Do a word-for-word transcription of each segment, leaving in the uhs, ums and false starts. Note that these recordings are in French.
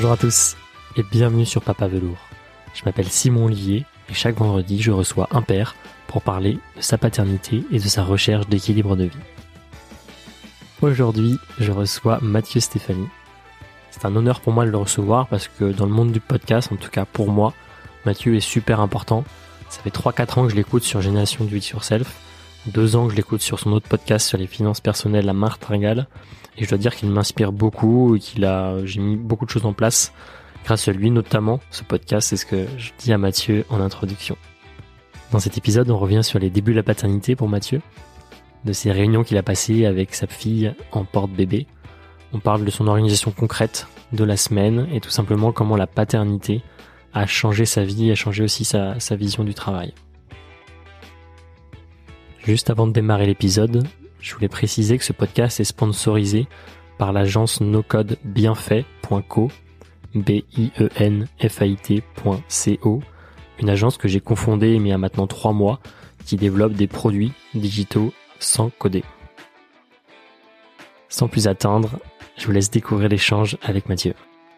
Bonjour à tous et bienvenue sur Papa Velours. Je m'appelle Simon Olivier et chaque vendredi je reçois un père pour parler de sa paternité et de sa recherche d'équilibre de vie. Aujourd'hui, je reçois Mathieu Stéphanie. C'est un honneur pour moi de le recevoir parce que dans le monde du podcast, en tout cas pour moi, Mathieu est super important. Ça fait trois quatre ans que je l'écoute sur Génération Do It Yourself, deux ans que je l'écoute sur son autre podcast sur les finances personnelles, La Martingale, et je dois dire qu'il m'inspire beaucoup et qu'il a, j'ai mis beaucoup de choses en place grâce à lui, notamment ce podcast, c'est ce que je dis à Mathieu en introduction. Dans cet épisode, on revient sur les débuts de la paternité pour Mathieu, de ces réunions qu'il a passées avec sa fille en porte-bébé. On parle de son organisation concrète de la semaine et tout simplement comment la paternité a changé sa vie, a changé aussi sa, sa vision du travail. Juste avant de démarrer l'épisode, je voulais préciser que ce podcast est sponsorisé par l'agence no-code bienfait point co, B I E N F A I T point C O, une agence que j'ai confondée il y a maintenant trois mois, qui développe des produits digitaux sans coder. Sans plus attendre, je vous laisse découvrir l'échange avec Mathieu.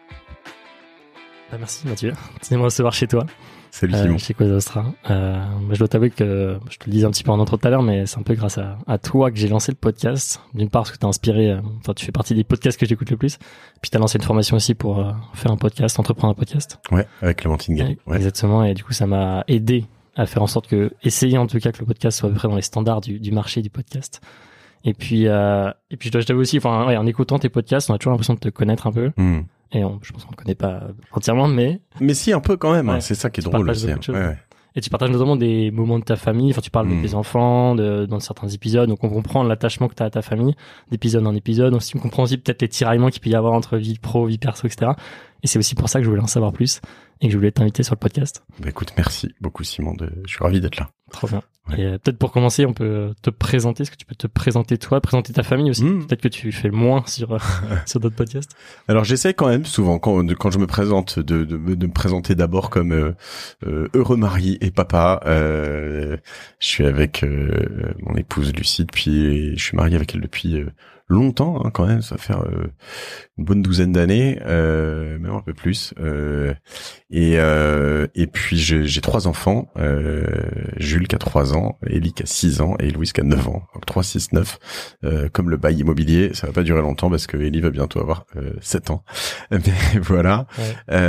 Bah merci Mathieu, c'est de me recevoir chez toi. Salut Simon. Euh, chez Cosa Nostra. Euh, je dois t'avouer que je te le disais un petit peu en intro tout à l'heure, mais c'est un peu grâce à, à toi que j'ai lancé le podcast. D'une part parce que t'as inspiré, euh, enfin tu fais partie des podcasts que j'écoute le plus. Puis t'as lancé une formation aussi pour euh, faire un podcast, entreprendre un podcast. Ouais, avec Clémentine Gall. Ouais. Exactement. Et du coup ça m'a aidé à faire en sorte que, essayer en tout cas que le podcast soit à peu près dans les standards du, du marché du podcast. Et puis, euh, et puis je dois t'avouer aussi, enfin ouais, en écoutant tes podcasts, on a toujours l'impression de te connaître un peu. Mm. Et on, je pense qu'on ne connaît pas entièrement, mais... Mais si, un peu quand même, ouais, hein, c'est ça qui est drôle aussi. Hein. Ouais, ouais. Et tu partages notamment des moments de ta famille, enfin tu parles mmh. de tes enfants, de, dans certains épisodes, donc on comprend l'attachement que tu as à ta famille, d'épisode en épisode, aussi on comprend aussi peut-être les tiraillements qu'il peut y avoir entre vie pro, vie perso, et cetera. Et c'est aussi pour ça que je voulais en savoir plus et que je voulais t'inviter sur le podcast. Bah écoute, merci beaucoup Simon, de... je suis ravi d'être là. Trop bien. Ouais. Et euh, peut-être pour commencer, on peut te présenter. Est-ce que tu peux te présenter toi, présenter ta famille aussi? Mmh. Peut-être que tu fais moins sur euh, sur d'autres podcasts. Alors j'essaie quand même souvent quand quand je me présente de de, de me présenter d'abord comme euh, euh, heureux mari et papa. Euh, je suis avec euh, mon épouse Lucie depuis, je suis marié avec elle depuis euh, longtemps hein, quand même. Ça va faire euh, une bonne douzaine d'années, euh, même un peu plus. Euh, et euh, et puis j'ai, j'ai trois enfants. Euh, Jules qui a trois ans, Ellie qui a six ans et Louise qui a neuf ans. Donc trois, six, neuf. Euh, comme le bail immobilier, ça va pas durer longtemps parce que Ellie va bientôt avoir euh, sept ans. Mais voilà. Ouais.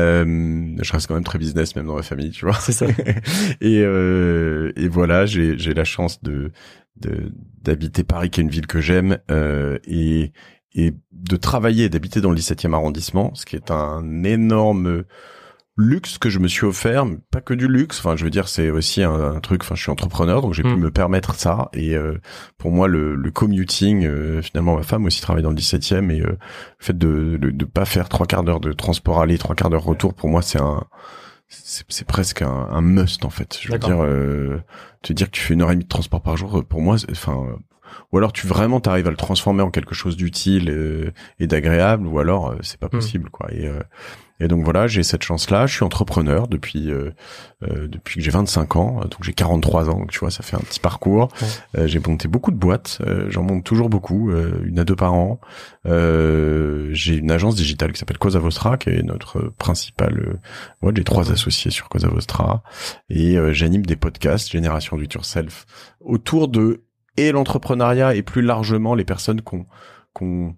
Euh, je reste quand même très business même dans ma famille, tu vois. C'est ça. et euh, et voilà, j'ai j'ai la chance de de d'habiter Paris, qui est une ville que j'aime, euh, et et de travailler et d'habiter dans le dix-septième arrondissement, ce qui est un énorme luxe que je me suis offert, mais pas que du luxe, enfin je veux dire c'est aussi un, un truc, enfin je suis entrepreneur donc j'ai mmh. pu me permettre ça et euh, pour moi le, le commuting, euh, finalement ma femme aussi travaille dans le dix-septième et euh, le fait de, de de pas faire trois quarts d'heure de transport aller, trois quarts d'heure retour, pour moi c'est un c'est, c'est presque un, un must en fait. Je D'accord. veux dire euh, te dire que tu fais une heure et demie de transport par jour, pour moi enfin ou alors tu vraiment t'arrives à le transformer en quelque chose d'utile euh, et d'agréable, ou alors euh, c'est pas possible mmh. quoi. Et euh, et donc voilà, j'ai cette chance-là. Je suis entrepreneur depuis euh, euh, depuis que j'ai vingt-cinq ans, donc j'ai quarante-trois ans. Donc tu vois, ça fait un petit parcours. Ouais. Euh, j'ai monté beaucoup de boîtes, euh, j'en monte toujours beaucoup, euh, une à deux par an. Euh, j'ai une agence digitale qui s'appelle Cosa Vostra, qui est notre principale euh, boîte. J'ai trois ouais. associés sur Cosa Vostra et euh, j'anime des podcasts Génération Do It Yourself autour de et l'entrepreneuriat et plus largement les personnes qu'on qu'on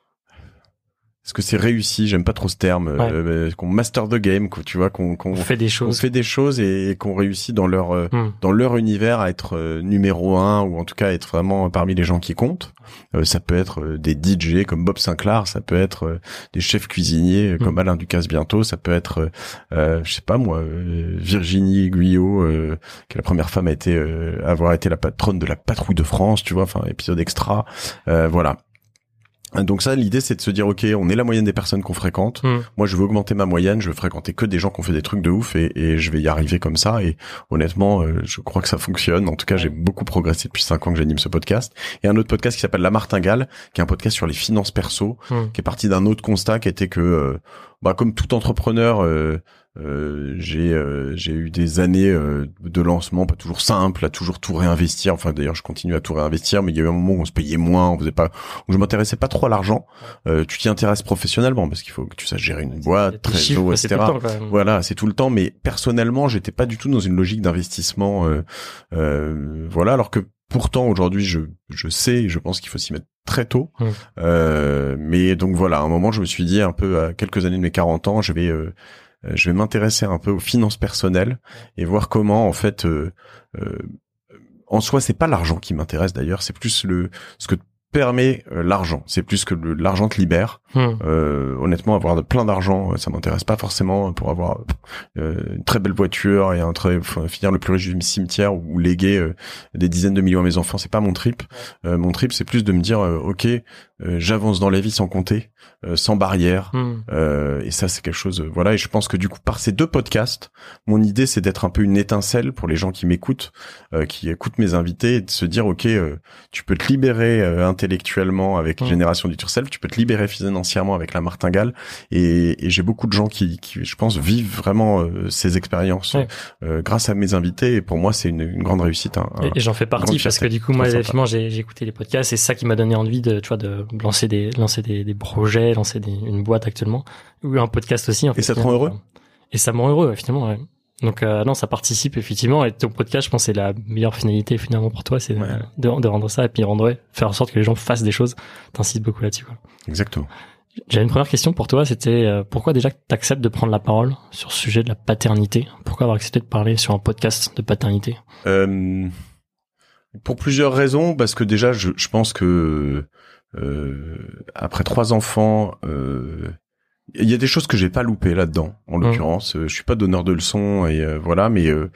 est-ce que c'est réussi, j'aime pas trop ce terme, ouais. euh, qu'on master the game, quoi, tu vois, qu'on qu'on on fait des choses, on fait des choses et, et qu'on réussit dans leur euh, mm. dans leur univers à être euh, numéro un, ou en tout cas être vraiment parmi les gens qui comptent. Euh, ça peut être euh, des D J comme Bob Sinclair, ça peut être euh, des chefs cuisiniers euh, mm. comme Alain Ducasse bientôt, ça peut être euh, je sais pas moi euh, Virginie Guyot, euh, qui est la première femme à été euh, avoir été la patronne de la patrouille de France, tu vois, enfin épisode extra, euh, voilà. Donc ça, l'idée, c'est de se dire, ok, on est la moyenne des personnes qu'on fréquente. Mmh. Moi, je veux augmenter ma moyenne. Je veux fréquenter que des gens qui ont fait des trucs de ouf et, et je vais y arriver comme ça. Et honnêtement, euh, je crois que ça fonctionne. En tout cas, j'ai beaucoup progressé depuis cinq ans que j'anime ce podcast. Et un autre podcast qui s'appelle La Martingale, qui est un podcast sur les finances perso, mmh. qui est parti d'un autre constat qui était que, euh, bah, comme tout entrepreneur, euh, Euh, j'ai euh, j'ai eu des années euh, de de lancement, pas toujours simple, à toujours tout réinvestir. Enfin, d'ailleurs, je continue à tout réinvestir, mais il y a eu un moment où on se payait moins, on faisait pas, où je m'intéressais pas trop à l'argent. Euh, tu t'y intéresses professionnellement parce qu'il faut que tu saches gérer une boîte, trésor, et cetera. Voilà, c'est tout le temps. Mais personnellement, j'étais pas du tout dans une logique d'investissement. Euh, euh, voilà, alors que pourtant aujourd'hui, je je sais, et je pense qu'il faut s'y mettre très tôt. Mmh. Euh, mais donc voilà, à un moment, je me suis dit un peu à quelques années de mes quarante ans, je vais euh, je vais m'intéresser un peu aux finances personnelles et voir comment en fait euh, euh, en soi c'est pas l'argent qui m'intéresse d'ailleurs, c'est plus le ce que permet euh, l'argent, c'est plus que le, l'argent te libère. Mmh. Euh, honnêtement, avoir de, plein d'argent, ça m'intéresse pas forcément pour avoir euh, une très belle voiture et un très enfin, finir le plus riche du cimetière ou léguer euh, des dizaines de millions à mes enfants, c'est pas mon trip. Euh, mon trip, c'est plus de me dire euh, ok, euh, j'avance dans la vie sans compter, euh, sans barrière. Mmh. Euh, et ça, c'est quelque chose. Euh, voilà. Et je pense que du coup, par ces deux podcasts, mon idée, c'est d'être un peu une étincelle pour les gens qui m'écoutent, euh, qui écoutent mes invités, et de se dire ok, euh, tu peux te libérer euh, intellectuellement avec mmh. Génération du Yourself, tu peux te libérer financièrement avec la martingale, et, et j'ai beaucoup de gens qui, qui, je pense, vivent vraiment euh, ces expériences ouais. euh, grâce à mes invités, et pour moi, c'est une, une grande réussite. Hein, et, et j'en fais partie parce que du coup, moi, effectivement, j'ai, j'ai écouté les podcasts, et c'est ça qui m'a donné envie de, tu vois, de lancer des, lancer des, des projets, lancer des, une boîte actuellement, ou un podcast aussi. En fait, et ça te rend heureux? Et ça me rend heureux, finalement, ouais. Donc euh, non, ça participe effectivement, et ton podcast, je pense, c'est la meilleure finalité finalement pour toi, c'est ouais. de, de rendre ça, et puis rendre, ouais, faire en sorte que les gens fassent des choses. T'insistes beaucoup là-dessus, quoi. Exactement. J'avais une première question pour toi, c'était euh, pourquoi déjà que t'acceptes de prendre la parole sur ce sujet de la paternité? Pourquoi avoir accepté de parler sur un podcast de paternité? euh, Pour plusieurs raisons, parce que déjà, je, je pense que euh, après trois enfants, euh, il y a des choses que j'ai pas loupées là-dedans, en l'occurrence. Mmh. Je suis pas donneur de leçons et euh, voilà, mais euh,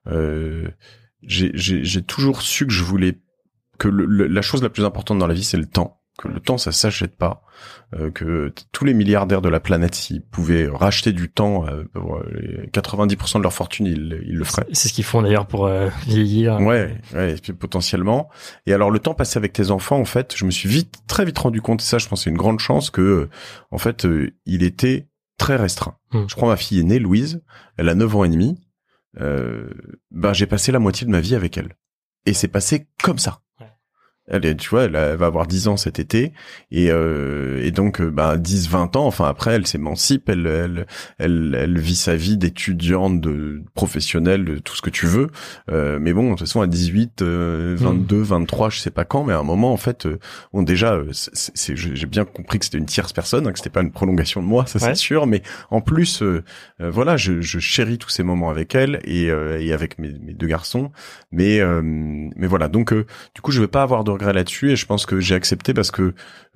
euh, j'ai, j'ai, j'ai toujours su que je voulais que le, le, la chose la plus importante dans la vie, c'est le temps. Que le temps, ça s'achète pas. Euh, que t- tous les milliardaires de la planète, s'ils pouvaient racheter du temps, euh, pour les quatre-vingt-dix pour cent de leur fortune, ils, ils le feraient. C'est, c'est ce qu'ils font d'ailleurs pour euh, vieillir. Ouais, ouais, et puis potentiellement. Et alors le temps passé avec tes enfants, en fait, je me suis vite, très vite rendu compte, et ça, je pense, c'est une grande chance que, euh, en fait, euh, il était très restreint. Mmh. Je crois ma fille aînée, Louise, elle a neuf ans et demi. Euh, ben j'ai passé la moitié de ma vie avec elle, et c'est passé comme ça. Ouais. Elle est, tu vois, elle, elle va avoir dix ans cet été, et euh, et donc bah dix vingt ans, enfin après elle s'émancipe, elle elle elle elle vit sa vie d'étudiante, de professionnelle, de tout ce que tu veux. Euh, mais bon, de toute façon à dix-huit, euh, vingt-deux, vingt-trois, je sais pas quand, mais à un moment en fait, euh, bon déjà c'est, c'est, j'ai bien compris que c'était une tierce personne, hein, que c'était pas une prolongation de moi, ça ouais. c'est sûr, mais en plus euh, euh, voilà, je, je chéris tous ces moments avec elle et euh, et avec mes, mes deux garçons, mais euh, mais voilà, donc euh, du coup je vais pas avoir de là-dessus, et je pense que j'ai accepté parce que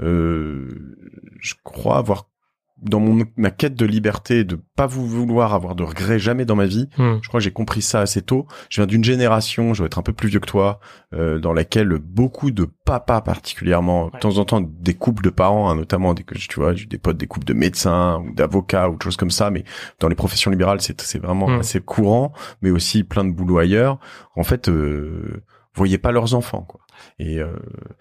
euh, je crois avoir dans mon ma quête de liberté, de pas vous vouloir avoir de regrets jamais dans ma vie. Mmh. Je crois que j'ai compris ça assez tôt. Je viens d'une génération, je dois être un peu plus vieux que toi, euh, dans laquelle beaucoup de papas particulièrement, ouais. de temps en temps des couples de parents, hein, notamment des tu vois, j'ai des potes, des couples de médecins ou d'avocats ou de choses comme ça, mais dans les professions libérales, c'est c'est vraiment mmh. assez courant, mais aussi plein de boulot ailleurs. En fait, euh, voyaient pas leurs enfants, quoi. Et euh,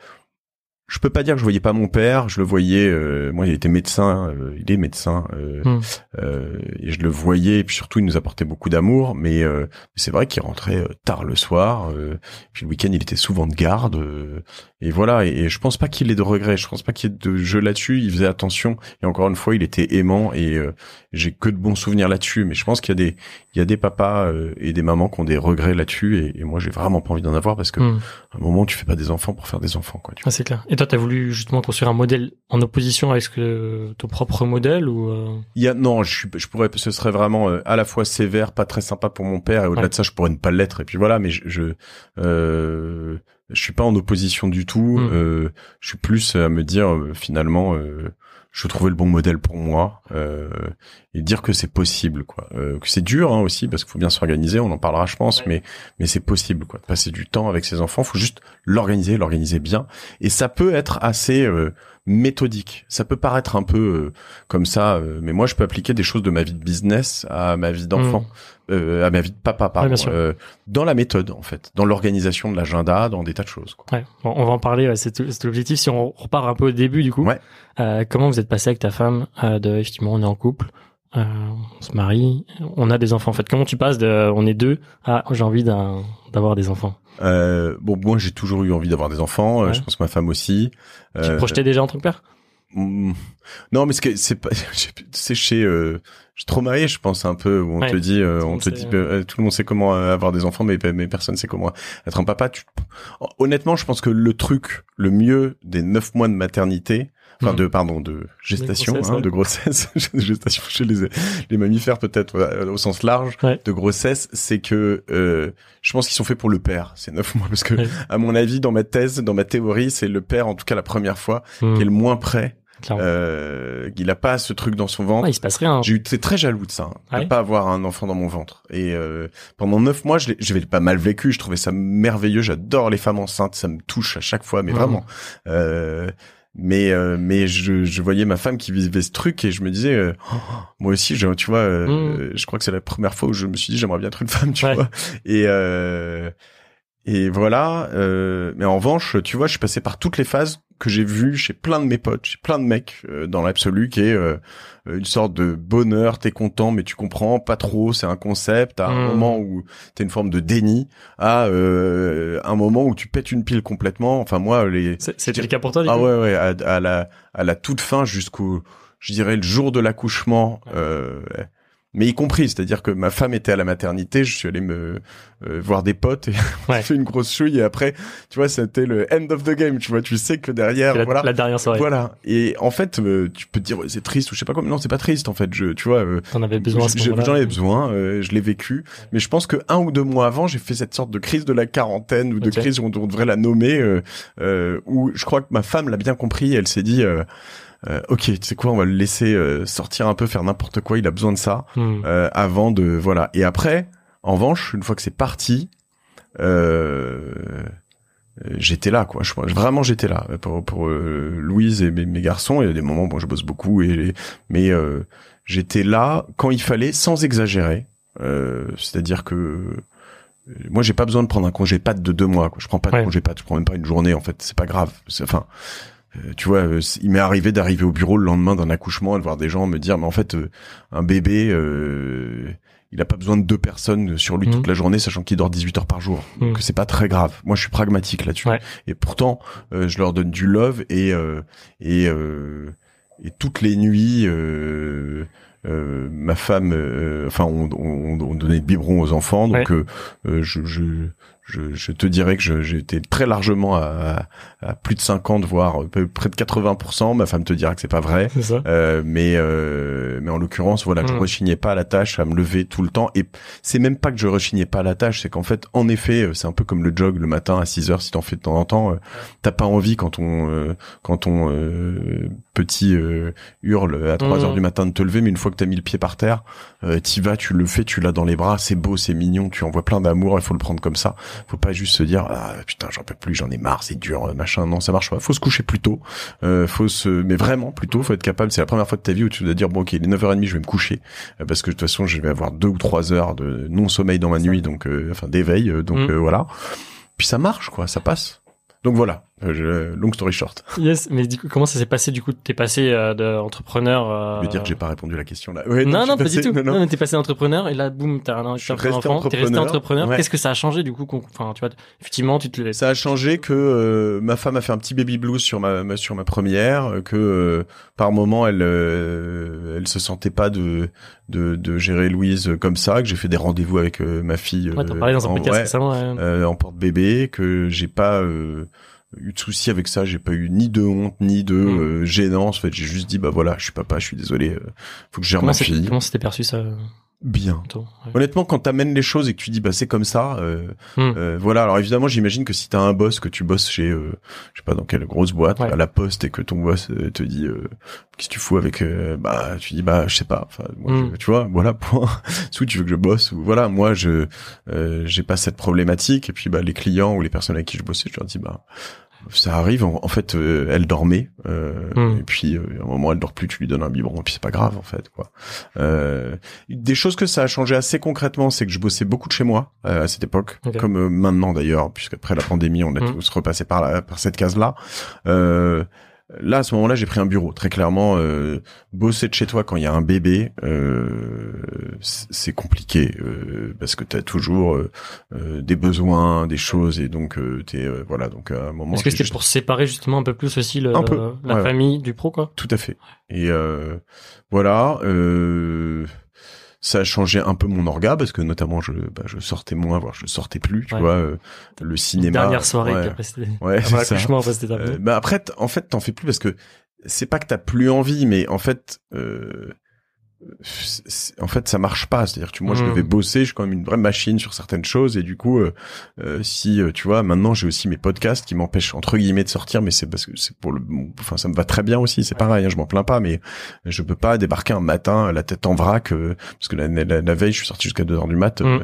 je peux pas dire que je voyais pas mon père, je le voyais, euh, moi il était médecin, euh, il est médecin, euh, mmh. euh, et je le voyais, et puis surtout il nous apportait beaucoup d'amour, mais euh, c'est vrai qu'il rentrait tard le soir, euh, puis le week-end il était souvent de garde, euh, et voilà, et, et je pense pas qu'il ait de regrets, je pense pas qu'il y ait de jeu là-dessus, il faisait attention, et encore une fois il était aimant, et euh, j'ai que de bons souvenirs là-dessus, mais je pense qu'il y a des il y a des papas euh, et des mamans qui ont des regrets là-dessus, et, et moi j'ai vraiment pas envie d'en avoir, parce que mmh. à un moment tu fais pas des enfants pour faire des enfants, quoi. Tu vois. Ah, c'est clair. Et toi, t'as voulu justement construire un modèle en opposition avec ce que ton propre modèle, ou euh... Il y a non, je suis, je pourrais, ce serait vraiment euh, à la fois sévère, pas très sympa pour mon père, et au-delà ouais. de ça, je pourrais ne pas l'être. Et puis voilà, mais je, je, euh, je suis pas en opposition du tout. Mmh. Euh, je suis plus à me dire euh, finalement. Euh, je trouvais le bon modèle pour moi, euh, et dire que c'est possible, quoi. Euh, que c'est dur, hein, aussi, parce qu'il faut bien s'organiser. On en parlera, je pense, ouais. mais mais c'est possible, quoi. Passer du temps avec ses enfants, faut juste l'organiser, l'organiser bien, et ça peut être assez euh, méthodique. Ça peut paraître un peu euh, comme ça, euh, mais moi, je peux appliquer des choses de ma vie de business à ma vie d'enfant. Mmh. Euh, à ma vie de papa, pardon, ouais, euh, dans la méthode, en fait, dans l'organisation de l'agenda, dans des tas de choses, quoi. Ouais, bon, on va en parler, ouais, c'est, c'est l'objectif. Si on repart un peu au début, du coup, ouais. euh, comment vous êtes passé avec ta femme euh, de, effectivement, on est en couple, euh, on se marie, on a des enfants. En fait, comment tu passes de on est deux à j'ai envie d'un, d'avoir des enfants? Euh, bon, moi j'ai toujours eu envie d'avoir des enfants. Ouais. Euh, je pense que ma femme aussi. Tu te euh, projetais déjà en tant que père? Mm, non, mais c'est, c'est pas, c'est chez, euh, j'ai trop marié, je pense un peu où on ouais, te dit, euh, on te dit, euh, tout le monde sait comment avoir des enfants, mais mais personne sait comment être un papa. Tu... Honnêtement, je pense que le truc le mieux des neuf mois de maternité. Enfin, de, pardon, de gestation, de grossesse, hein, ouais. de grossesse, gestation chez les, les mammifères peut-être euh, au sens large, ouais. de grossesse, c'est que euh, je pense qu'ils sont faits pour le père, ces neuf mois, parce que ouais. à mon avis, dans ma thèse, dans ma théorie, c'est le père, en tout cas la première fois, mmh. qui est le moins prêt. Euh, il a pas ce truc dans son ventre. Ouais, il se passe rien. J'ai été très jaloux de ça, hein, ouais. de pas avoir un enfant dans mon ventre. Et euh, pendant neuf mois, je l'ai, je l'ai pas mal vécu. Je trouvais ça merveilleux. J'adore les femmes enceintes, ça me touche à chaque fois, mais mmh. vraiment. Euh, mais euh, mais je, je voyais ma femme qui vivait ce truc et je me disais euh, oh, moi aussi je, tu vois euh, mmh. je crois que c'est la première fois où je me suis dit j'aimerais bien être une femme, tu ouais. vois. Et euh, et voilà euh, mais en revanche tu vois je suis passé par toutes les phases que j'ai vues chez plein de mes potes, chez plein de mecs euh, dans l'absolu, qui est euh, une sorte de bonheur, t'es content mais tu comprends pas trop, c'est un concept, à un mmh. moment où t'as une forme de déni, à euh, un moment où tu pètes une pile complètement. Enfin moi les c'est, c'était le cas pour toi du ah coup ouais ouais à, à la à la toute fin jusqu'au je dirais le jour de l'accouchement ouais. euh, mais y compris, c'est-à-dire que ma femme était à la maternité, je suis allé me euh, voir des potes et on ouais. fait une grosse chouille et après, tu vois, c'était le end of the game, tu vois, tu sais que derrière, la, voilà, la dernière soirée. Voilà. Et en fait, euh, tu peux te dire c'est triste ou je sais pas quoi, mais non, c'est pas triste en fait. Je, tu vois, euh, t'en avais besoin. J'en avais besoin, euh, je l'ai vécu, ouais. mais je pense que un ou deux mois avant, j'ai fait cette sorte de crise de la quarantaine ou de okay. crise où on devrait la nommer, euh, euh, où je crois que ma femme l'a bien compris, elle s'est dit. Euh, Euh, ok, tu sais quoi, on va le laisser euh, sortir un peu, faire n'importe quoi. Il a besoin de ça mmh. euh, avant de voilà. Et après, en revanche, une fois que c'est parti, euh, j'étais là, quoi. Je, vraiment, j'étais là pour, pour euh, Louise et mes, mes garçons. Il y a des moments, bon, je bosse beaucoup, et mais euh, j'étais là quand il fallait, sans exagérer. Euh, c'est-à-dire que moi, j'ai pas besoin de prendre un congé patte de deux mois. Quoi. Je prends pas de ouais. congé patte, je prends même pas une journée. En fait, c'est pas grave. C'est, enfin. Euh, tu vois, euh, il m'est arrivé d'arriver au bureau le lendemain d'un accouchement et de voir des gens me dire mais en fait euh, un bébé euh, il a pas besoin de deux personnes sur lui mmh. toute la journée sachant qu'il dort dix-huit heures par jour. Mmh. Donc c'est pas très grave. Moi je suis pragmatique là-dessus. Ouais. Et pourtant euh, je leur donne du love et euh, et euh, et toutes les nuits euh, euh, ma femme euh, enfin on, on, on donnait le biberon aux enfants donc ouais. euh, je je Je, je te dirais que je, j'étais très largement à, à plus de cinquante, voire près de quatre-vingts pour cent. Ma femme te dira que c'est pas vrai. C'est ça. Euh, mais, euh, mais en l'occurrence, voilà, mmh. je rechignais pas à la tâche, à me lever tout le temps. Et c'est même pas que je rechignais pas à la tâche, c'est qu'en fait, en effet, c'est un peu comme le jog le matin à six heures, si t'en fais de temps en temps. Euh, t'as pas envie quand on, euh, quand ton euh, petit euh, hurle à trois heures mmh. du matin de te lever, mais une fois que t'as mis le pied par terre, euh, t'y vas, tu le fais, tu l'as dans les bras, c'est beau, c'est mignon, tu envoies plein d'amour, il faut le prendre comme ça. Faut pas juste se dire ah putain j'en peux plus, j'en ai marre, c'est dur, machin. Non, ça marche pas. Faut se coucher plus tôt. Euh, faut se, mais vraiment plus tôt. Faut être capable. C'est la première fois de ta vie où tu dois dire bon ok, il est neuf heures trente, je vais me coucher euh, parce que de toute façon je vais avoir deux ou trois heures de non sommeil dans ma nuit, donc euh, enfin d'éveil, euh, donc mmh. euh, voilà. Puis ça marche quoi, ça passe. Donc voilà, euh, long story short. Yes, mais du coup, comment ça s'est passé du coup? T'es passé euh, d'entrepreneur. Euh... Je veux dire que j'ai pas répondu à la question là. Ouais, non, non, non pas passé... du tout. Non, non. non mais t'es passé d'entrepreneur et là, boum, t'as un, t'as un enfant, t'es resté entrepreneur. Ouais. Qu'est-ce que ça a changé du coup? Enfin, tu vois, effectivement, tu te laisses. Ça a changé que euh, ma femme a fait un petit baby blues sur ma, ma sur ma première, que euh, par moment elle euh, elle se sentait pas de de de gérer Louise comme ça, que j'ai fait des rendez-vous avec euh, ma fille. Ouais, t'en parlais dans un podcast ouais, récemment. Ouais. Euh, en porte-bébé, que j'ai pas euh, eu de soucis avec ça, j'ai pas eu ni de honte ni de mmh. euh, gênance. En fait, j'ai juste dit bah voilà, je suis papa, je suis désolé, euh, faut que je gère comment ma fille. Comment c'était perçu ça? Bien. Ouais. Honnêtement, quand t'amènes les choses et que tu dis bah c'est comme ça, euh, mmh. euh, voilà. Alors évidemment, j'imagine que si t'as un boss, que tu bosses chez, euh, je sais pas dans quelle grosse boîte, ouais. à la Poste, et que ton boss euh, te dit euh, qu'est-ce que tu fous avec, euh, bah tu dis bah je sais pas. Enfin, moi, mmh. je, tu vois, voilà point. Soit tu veux que je bosse ou voilà. Moi, je euh, j'ai pas cette problématique. Et puis bah les clients ou les personnes avec qui je bossais, je leur dis bah ça arrive. En, en fait, euh, elle dormait. Euh, mmh. Et puis, euh, à un moment, elle dort plus. Tu lui donnes un biberon. Et puis, c'est pas grave, en fait, quoi. Euh, des choses que ça a changé assez concrètement, c'est que je bossais beaucoup de chez moi euh, à cette époque, okay. comme euh, maintenant d'ailleurs, puisqu'après la pandémie, on a mmh. tous repassé par la, par cette case-là. Euh, là à ce moment-là j'ai pris un bureau très clairement. Euh, bosser de chez toi quand il y a un bébé, euh, c'est compliqué euh, parce que t'as toujours euh, euh, des besoins, des choses et donc euh, t'es euh, voilà donc à un moment. Est-ce que c'était juste... pour séparer justement un peu plus aussi le, un peu, la ouais, famille du pro quoi? Tout à fait. Et euh, voilà. Euh, Ça a changé un peu mon orga parce que notamment je bah, je sortais moins, voire je sortais plus, tu ouais. vois. Euh, le cinéma. Une dernière soirée, ouais, puis après c'était. Ouais, après l'accouchement, après c'était terminé. Euh, bah après, t- en fait, t'en fais plus parce que c'est pas que t'as plus envie, mais en fait, euh, c'est- en fait, ça marche pas. C'est-à-dire, tu, moi, je Mmh. devais bosser, je suis quand même une vraie machine sur certaines choses, et du coup, euh, euh, si euh, tu vois, maintenant, j'ai aussi mes podcasts qui m'empêchent entre guillemets de sortir, mais c'est parce que c'est pour le, enfin, ça me va très bien aussi. C'est pareil, hein, je m'en plains pas, mais je peux pas débarquer un matin la tête en vrac euh, parce que la, la, la veille, je suis sorti jusqu'à deux heures du mat, euh, mmh.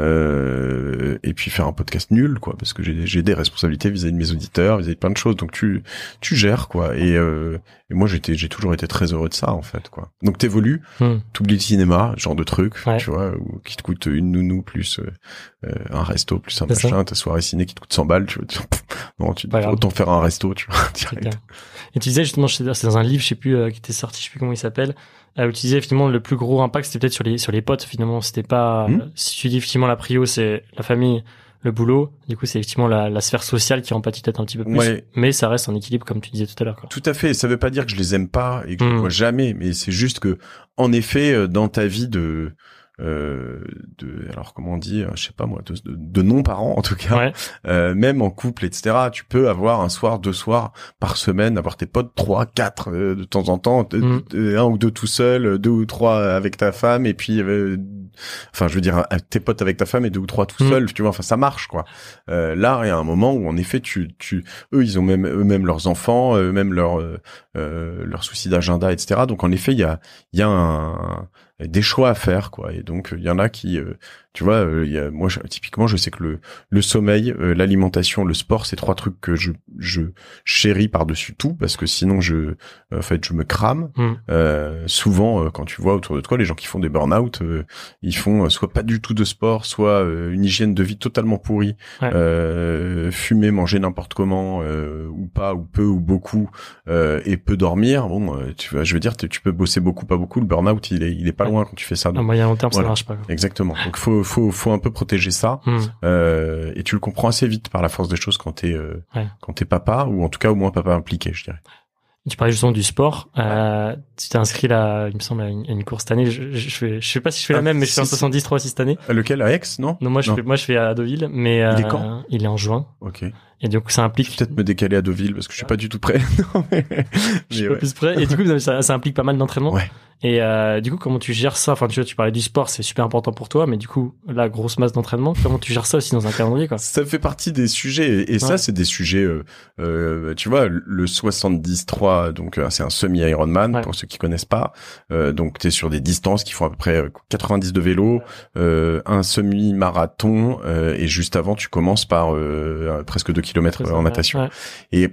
euh, et puis faire un podcast nul, quoi, parce que j'ai, j'ai des responsabilités vis-à-vis de mes auditeurs, vis-à-vis de plein de choses, donc tu, tu gères, quoi, et, euh, et moi, j'étais, j'ai toujours été très heureux de ça, en fait, quoi. Donc t'évolues. Mmh. T'oublies le cinéma, genre de truc, ouais. tu vois, ou qui te coûte une nounou plus euh, euh, un resto plus un C'est machin, ça. ta soirée ciné qui te coûte cent balles, tu vois, tu, non, tu Pas autant faire un resto, tu vois, direct. Et tu disais justement, c'est dans un livre, je sais plus euh, qui était sorti, je sais plus comment il s'appelle, euh, où tu disais finalement le plus gros impact c'était peut-être sur les sur les potes finalement, c'était pas Mmh. euh, si tu dis effectivement la prio c'est la famille, le boulot, du coup c'est effectivement la, la sphère sociale qui en pâtit peut-être un petit peu plus, Ouais. mais ça reste en équilibre comme tu disais tout à l'heure, quoi. Tout à fait, ça veut pas dire que je les aime pas et que je Mmh. les vois jamais, mais c'est juste que en effet dans ta vie de euh, de alors comment on dit, je sais pas moi, de, de, de non-parents en tout cas, Ouais. euh, même en couple, et cetera. Tu peux avoir un soir, deux soirs par semaine, avoir tes potes trois, quatre euh, de temps en temps, de, Mm. de, un ou deux tout seul, deux ou trois avec ta femme, et puis euh, enfin je veux dire tes potes avec ta femme et deux ou trois tout Mm. seul, tu vois. Enfin ça marche, quoi. Euh, là il y a un moment où en effet tu tu eux ils ont même eux-mêmes leurs enfants, eux-mêmes leurs euh, euh, leurs soucis d'agenda, et cetera. Donc en effet il y a il y a un des choix à faire, quoi, et donc il y en a qui euh, tu vois, euh, y a, moi je, typiquement je sais que le le sommeil, euh, l'alimentation, le sport, c'est trois trucs que je je chéris par-dessus tout parce que sinon je euh, en fait je me crame. Mm. Euh, souvent euh, quand tu vois autour de toi les gens qui font des burn-out, euh, ils font euh, soit pas du tout de sport, soit euh, une hygiène de vie totalement pourrie, ouais. euh, fumer, manger n'importe comment euh, ou pas ou peu ou beaucoup euh, et peu dormir. Bon, euh, tu vois, je veux dire tu peux bosser beaucoup pas beaucoup, le burn-out il est il est pas ouais. loin quand tu fais ça. À moyen long terme voilà. ça marche pas, quoi. Exactement. Donc faut faut faut un peu protéger ça. Mm. Euh, et tu le comprends assez vite par la force des choses quand t'es euh, ouais. quand t'es papa, ou en tout cas au moins papa impliqué, je dirais. Tu parlais justement du sport. Euh, tu t'es inscrit là, il me semble, à une, à une course cette année. Je, je, je, fais, je sais pas si je fais ah, la même, mais je si, fais un si. soixante-dix trois six cette année. Lequel, à Aix, non? Non, moi je non. fais, moi je fais à Deauville, mais euh, il est quand? Il est en juin. Ok. Et du coup, ça implique. Peut-être me décaler à Deauville parce que je suis pas du tout prêt. non, mais, je suis mais pas ouais. plus près. Et du coup, ça, ça implique pas mal d'entraînement. Ouais. Et euh, du coup, comment tu gères ça? Enfin, tu vois, tu parlais du sport, c'est super important pour toi, mais du coup, la grosse masse d'entraînement, comment tu gères ça aussi dans un calendrier, quoi? Ça fait partie des sujets, et, et ouais. ça, c'est des sujets. Euh, euh, tu vois, le soixante-dix trois, donc euh, c'est un semi-Ironman ouais. pour ceux qui connaissent pas. Euh, donc t'es sur des distances qui font à peu près quatre-vingt-dix de vélo, euh, un semi-marathon, euh, et juste avant, tu commences par euh, presque deux kilomètres en natation. Ouais. Et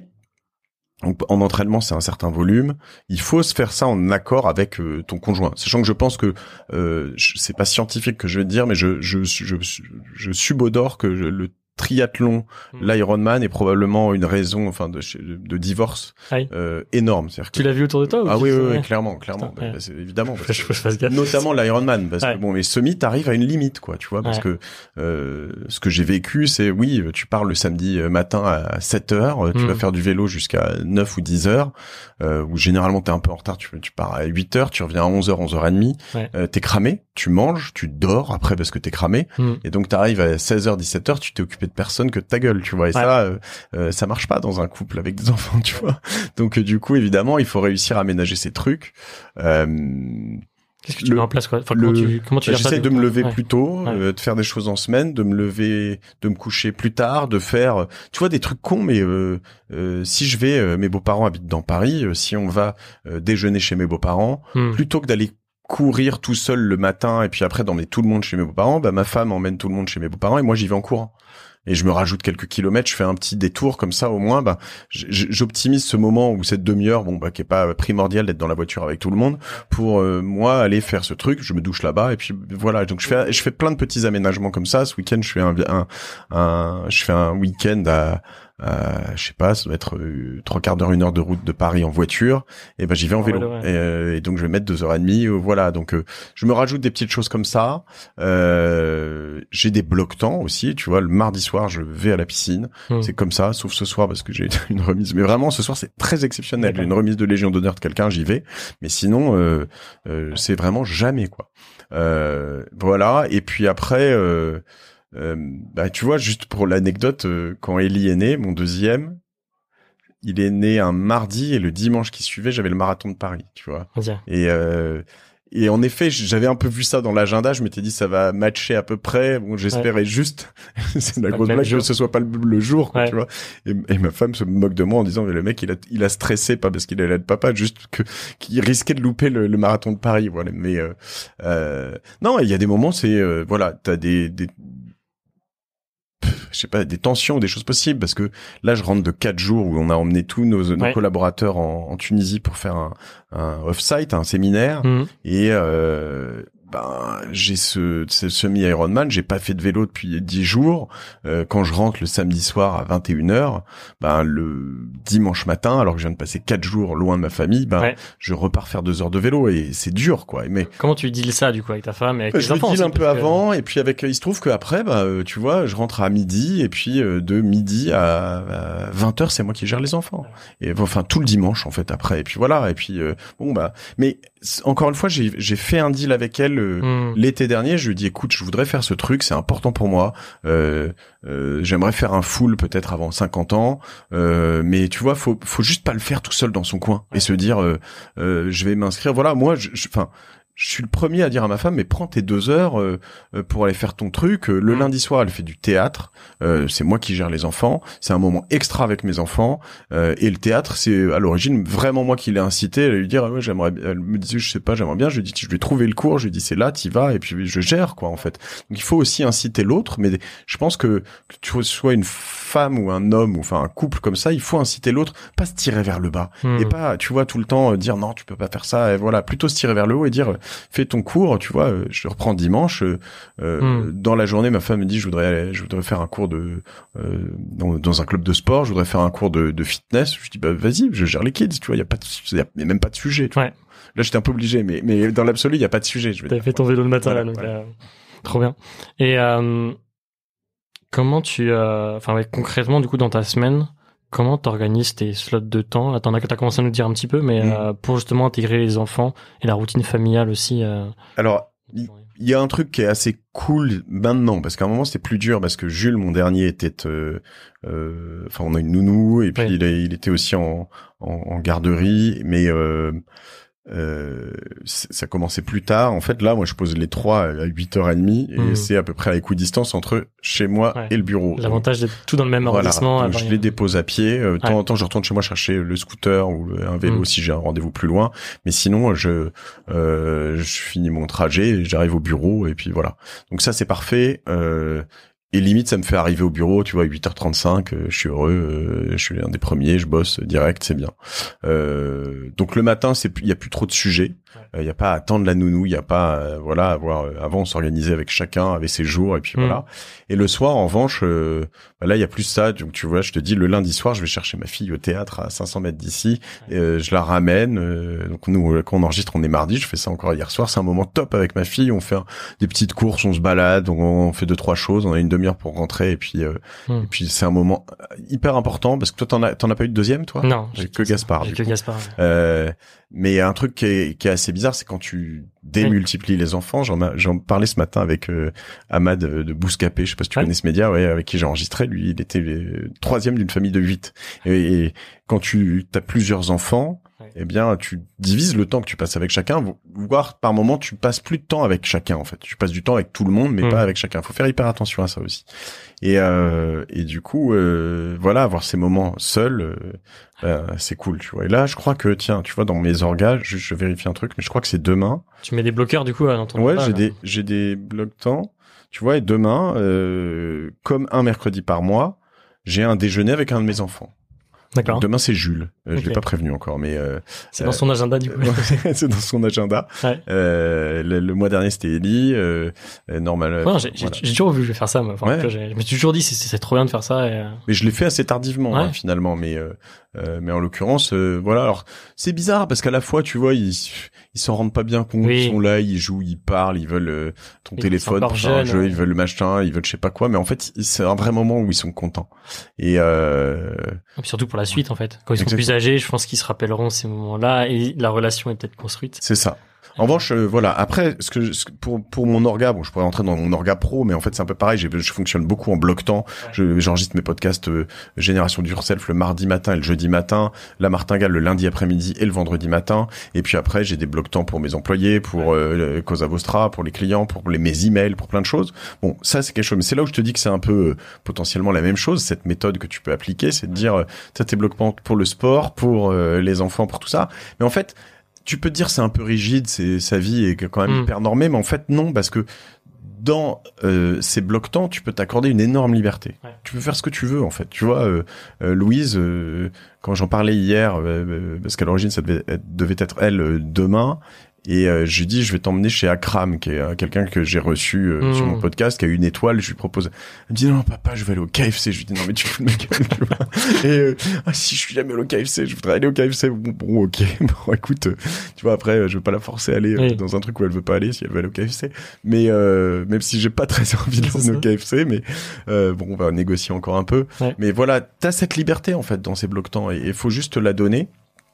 donc, en entraînement, c'est un certain volume. Il faut se faire ça en accord avec euh, ton conjoint. Sachant que je pense que euh, je, c'est pas scientifique que je vais te dire, mais je je je, je, je subodore que je, le triathlon, mmh. l'Ironman est probablement une raison, enfin, de, de, de divorce oui. euh, énorme. C'est-à-dire que... Tu l'as vu autour de toi ou Ah oui, oui, oui, ouais. clairement, clairement. Putain, bah, ouais. c'est évidemment. Parce que, je fasse gaffe. Notamment l'Ironman, parce ouais. que bon, les semis, t'arrives à une limite, quoi, tu vois, parce ouais. que euh, ce que j'ai vécu, c'est oui, tu pars le samedi matin à sept heures, tu mmh. vas faire du vélo jusqu'à neuf ou dix heures, euh, où généralement t'es un peu en retard, tu, tu pars à huit heures, tu reviens à onze heures, onze heures trente, ouais. euh, t'es cramé, tu manges, tu dors après parce que t'es cramé, mmh. et donc t'arrives à seize heures, dix-sept heures, tu t'es occupé de personne que de ta gueule, tu vois, et ouais. ça, euh, euh, ça marche pas dans un couple avec des enfants, tu vois. Donc euh, du coup, évidemment, il faut réussir à ménager ces trucs. Euh, Qu'est-ce que tu le, mets en place, quoi? Enfin, le, comment tu, comment tu bah, j'essaie de me lever ouais. plus tôt, ouais. euh, de faire des choses en semaine, de me lever, de me coucher plus tard, de faire, tu vois, des trucs cons, mais euh, euh, si je vais, euh, mes beaux-parents habitent dans Paris, euh, si on va euh, déjeuner chez mes beaux-parents, hmm. plutôt que d'aller courir tout seul le matin et puis après d'emmener tout le monde chez mes beaux-parents, bah ma femme emmène tout le monde chez mes beaux-parents et moi j'y vais en courant. Et je me rajoute quelques kilomètres, je fais un petit détour comme ça, au moins, bah, j'optimise ce moment où cette demi-heure, bon, bah, qui est pas primordial d'être dans la voiture avec tout le monde, pour euh, moi aller faire ce truc. Je me douche là-bas et puis voilà. Donc je fais, je fais plein de petits aménagements comme ça. Ce week-end, je fais un, un, un je fais un week-end à à, je sais pas, ça doit être euh, trois quarts d'heure, une heure de route de Paris en voiture, et ben j'y vais en vélo. Ouais, ouais. Et, euh, et donc je vais mettre deux heures et demie, euh, voilà. Donc euh, je me rajoute des petites choses comme ça. Euh, j'ai des blocs-temps aussi, tu vois. Le mardi soir, je vais à la piscine. Mmh. C'est comme ça, sauf ce soir parce que j'ai une remise. Mais vraiment, ce soir, c'est très exceptionnel. J'ai une remise de Légion d'honneur de quelqu'un, j'y vais. Mais sinon, euh, euh, c'est vraiment jamais, quoi. Euh, voilà. Et puis après. Euh, Euh, bah tu vois, juste pour l'anecdote, euh, quand Ellie est né, mon deuxième, il est né un mardi et le dimanche qui suivait, j'avais le marathon de Paris, tu vois. Okay. Et euh, et en effet, j'avais un peu vu ça dans l'agenda, je m'étais dit ça va matcher à peu près. Bon, j'espérais ouais. juste, c'est la grosse blague, que ce soit pas le, le jour, quoi, ouais. tu vois. Et, et ma femme se moque de moi en disant mais le mec il a il a stressé, pas parce qu'il allait être papa, juste que qu'il risquait de louper le, le marathon de Paris, voilà. Mais euh, euh, non, il y a des moments, c'est euh, voilà, t'as des des je sais pas, des tensions, des choses possibles, parce que là, je rentre de quatre jours où on a emmené tous nos, nos ouais. collaborateurs en, en Tunisie pour faire un, un off-site, un séminaire, mmh. et euh, ben j'ai ce, ce semi-Ironman, j'ai pas fait de vélo depuis dix jours. Euh, quand je rentre le samedi soir à vingt et une heures, ben le dimanche matin, alors que je viens de passer quatre jours loin de ma famille, ben ouais. je repars faire deux heures de vélo et c'est dur, quoi. Mais comment tu deals ça du coup avec ta femme et avec tes je enfants? Je le deal un peu que... avant et puis avec il se trouve que après, bah tu vois, je rentre à midi et puis euh, de midi à, à vingt heures, c'est moi qui gère les enfants. Et enfin tout le dimanche en fait après. Et puis voilà. Et puis euh, bon bah mais encore une fois, j'ai j'ai fait un deal avec elle euh, mmh. l'été dernier. Je lui ai dit écoute, je voudrais faire ce truc, c'est important pour moi. Euh, euh, j'aimerais faire un full peut-être avant cinquante ans, euh, mais tu vois, faut faut juste pas le faire tout seul dans son coin et se dire euh, euh, je vais m'inscrire. Voilà, moi, je, enfin. Je suis le premier à dire à ma femme, mais prends tes deux heures euh, pour aller faire ton truc. Le mmh. lundi soir, elle fait du théâtre. Euh, c'est moi qui gère les enfants. C'est un moment extra avec mes enfants. Euh, et le théâtre, c'est à l'origine vraiment moi qui l'ai incité à lui dire, ah ouais, j'aimerais. Elle me disait, je sais pas, j'aimerais bien. Je lui dis, je vais trouver le cours. Je lui dis, c'est là, t'y vas. Et puis je gère, quoi, en fait. Donc il faut aussi inciter l'autre. Mais je pense que que tu sois une femme ou un homme ou enfin un couple comme ça, il faut inciter l'autre, pas se tirer vers le bas mmh. et pas, tu vois, tout le temps dire non, tu peux pas faire ça. Et voilà, plutôt se tirer vers le haut et dire fais ton cours, tu vois, je reprends dimanche. Euh, mmh. Dans la journée, ma femme me dit, je voudrais, je voudrais faire un cours de euh, dans, dans un club de sport, je voudrais faire un cours de, de fitness. Je dis bah vas-y, je gère les kids, tu vois, il y a pas, il y a même pas de sujet. Tu ouais. vois. Là, j'étais un peu obligé, mais mais dans l'absolu, il y a pas de sujet. Je T'avais dire. fait ton vélo le matin voilà, là, donc voilà. euh, trop bien. Et euh, comment tu, enfin euh, ouais, concrètement du coup dans ta semaine. Comment t'organises tes slots de temps? Là, t'en as, t'as commencé à nous dire un petit peu, mais mmh. euh, pour justement intégrer les enfants et la routine familiale aussi. Euh... Alors, il y, y a un truc qui est assez cool maintenant, parce qu'à un moment c'était plus dur, parce que Jules, mon dernier, était, euh, euh, enfin, on a une nounou, et puis oui. il, est, il était aussi en, en, en garderie, mais euh, euh, ça commençait plus tard. En fait, là, moi, je pose les trois à huit heures trente et mmh. c'est à peu près à équidistance entre chez moi ouais. et le bureau. L'avantage d'être tout dans le même voilà. arrondissement. Donc, je les dépose à pied. Euh, de temps ouais. en temps, je retourne chez moi chercher le scooter ou un vélo mmh. si j'ai un rendez-vous plus loin. Mais sinon, je, euh, je finis mon trajet, j'arrive au bureau et puis voilà. Donc ça, c'est parfait. Euh, Et limite, ça me fait arriver au bureau, tu vois, huit heures trente-cinq, euh, je suis heureux, euh, je suis un des premiers, je bosse direct, c'est bien. Euh, donc le matin, c'est il y a plus trop de sujets, il ouais. euh, y a pas à attendre la nounou, il y a pas euh, voilà, avoir euh, avant on s'organisait avec chacun, avec ses jours et puis mmh. voilà. Et le soir, en revanche, euh, bah là il y a plus ça, donc tu vois, je te dis le lundi soir, je vais chercher ma fille au théâtre à cinq cents mètres d'ici, ouais. et, euh, je la ramène, euh, donc nous quand on enregistre, on est mardi, je fais ça encore hier soir, c'est un moment top avec ma fille, on fait un, des petites courses, on se balade, on, on fait deux trois choses, on a une demi pour rentrer et puis euh, mmh. et puis c'est un moment hyper important parce que toi t'en as t'en as pas eu de deuxième toi? Non, j'ai que Gaspard. J'ai que Gaspard. Ouais. Euh, mais il y a un truc qui est qui est assez bizarre, c'est quand tu démultiplies oui. les enfants. J'en j'en parlais ce matin avec euh, Ahmad de, de Bouscapé, je sais pas si tu ouais. connais ce média, ouais, avec qui j'ai enregistré. Lui, il était le troisième d'une famille de huit. Et, et quand tu as plusieurs enfants, eh bien, tu divises le temps que tu passes avec chacun, voire par moment, tu passes plus de temps avec chacun, en fait. Tu passes du temps avec tout le monde, mais mmh. pas avec chacun. Faut faire hyper attention à ça aussi. Et, euh, et du coup, euh, voilà, avoir ces moments seuls, euh, euh, c'est cool, tu vois. Et là, je crois que, tiens, tu vois, dans mes orgas, je, je vérifie un truc, mais je crois que c'est demain. Tu mets des bloqueurs, du coup, dans ton Ouais, repas, j'ai là. des, j'ai des blocs temps. Tu vois, et demain, euh, comme un mercredi par mois, j'ai un déjeuner avec un de mes enfants. D'accord. Donc, demain c'est Jules. Euh, okay. Je l'ai pas prévenu encore, mais euh, c'est dans son agenda du coup. C'est dans son agenda. Ouais. Euh, le, le mois dernier c'était Ellie. Euh, normal. Ouais, j'ai, voilà. j'ai toujours vu je vais faire ça. Moi. Enfin, ouais. tu vois, je me suis toujours dit c'est, c'est trop bien de faire ça. Et... Mais je l'ai fait assez tardivement ouais. hein, finalement, mais euh, euh, mais en l'occurrence, euh, voilà. Alors c'est bizarre parce qu'à la fois tu vois ils ils s'en rendent pas bien compte. Oui. Ils sont là, ils jouent, ils parlent, ils veulent euh, ton ils téléphone pour faire un jeu, ouais. Ils veulent le machin, ils veulent je sais pas quoi. Mais en fait c'est un vrai moment où ils sont contents. Et, euh... et puis surtout pour la suite en fait. Quand ils sont Exactement. Plus âgés, je pense qu'ils se rappelleront ces moments-là et la relation est peut-être construite. C'est ça. En revanche, euh, voilà. Après, ce que je, pour pour mon orga, bon, je pourrais rentrer dans mon orga pro, mais en fait, c'est un peu pareil. J'ai, je fonctionne beaucoup en bloc temps. Ouais. Je, j'enregistre mes podcasts euh, Génération du Yourself le mardi matin et le jeudi matin, la martingale le lundi après-midi et le vendredi matin. Et puis après, j'ai des blocs temps pour mes employés, pour ouais. euh, Cosa Vostra, pour les clients, pour les mes emails, pour plein de choses. Bon, ça c'est quelque chose. Mais c'est là où je te dis que c'est un peu euh, potentiellement la même chose. Cette méthode que tu peux appliquer, c'est de dire, euh, t'as tes blocs temps pour le sport, pour euh, les enfants, pour tout ça. Mais en fait tu peux te dire c'est un peu rigide, c'est sa vie est quand même mmh. hyper normée, mais en fait non, parce que dans euh, ces blocs temps, tu peux t'accorder une énorme liberté. Ouais. Tu peux faire ce que tu veux en fait. Tu vois, euh, euh, Louise, euh, quand j'en parlais hier, euh, parce qu'à l'origine ça devait être, devait être elle euh, demain. Et euh, je lui dis je vais t'emmener chez Akram qui est euh, quelqu'un que j'ai reçu euh, mmh. sur mon podcast qui a une étoile. Je lui propose, elle me dit non papa je vais aller au K F C. Je lui dis non mais tu fous de ma gueule tu vois. Et euh, ah si je suis jamais allé au K F C je voudrais aller au K F C. Bon, bon ok bon écoute euh, tu vois après je veux pas la forcer à aller euh, oui. dans un truc où elle veut pas aller si elle veut aller au K F C. Mais euh, même si j'ai pas très envie de l'emmener au K F C mais euh, bon on va négocier encore un peu. Ouais. Mais voilà t'as cette liberté en fait dans ces blocs temps et il faut juste la donner.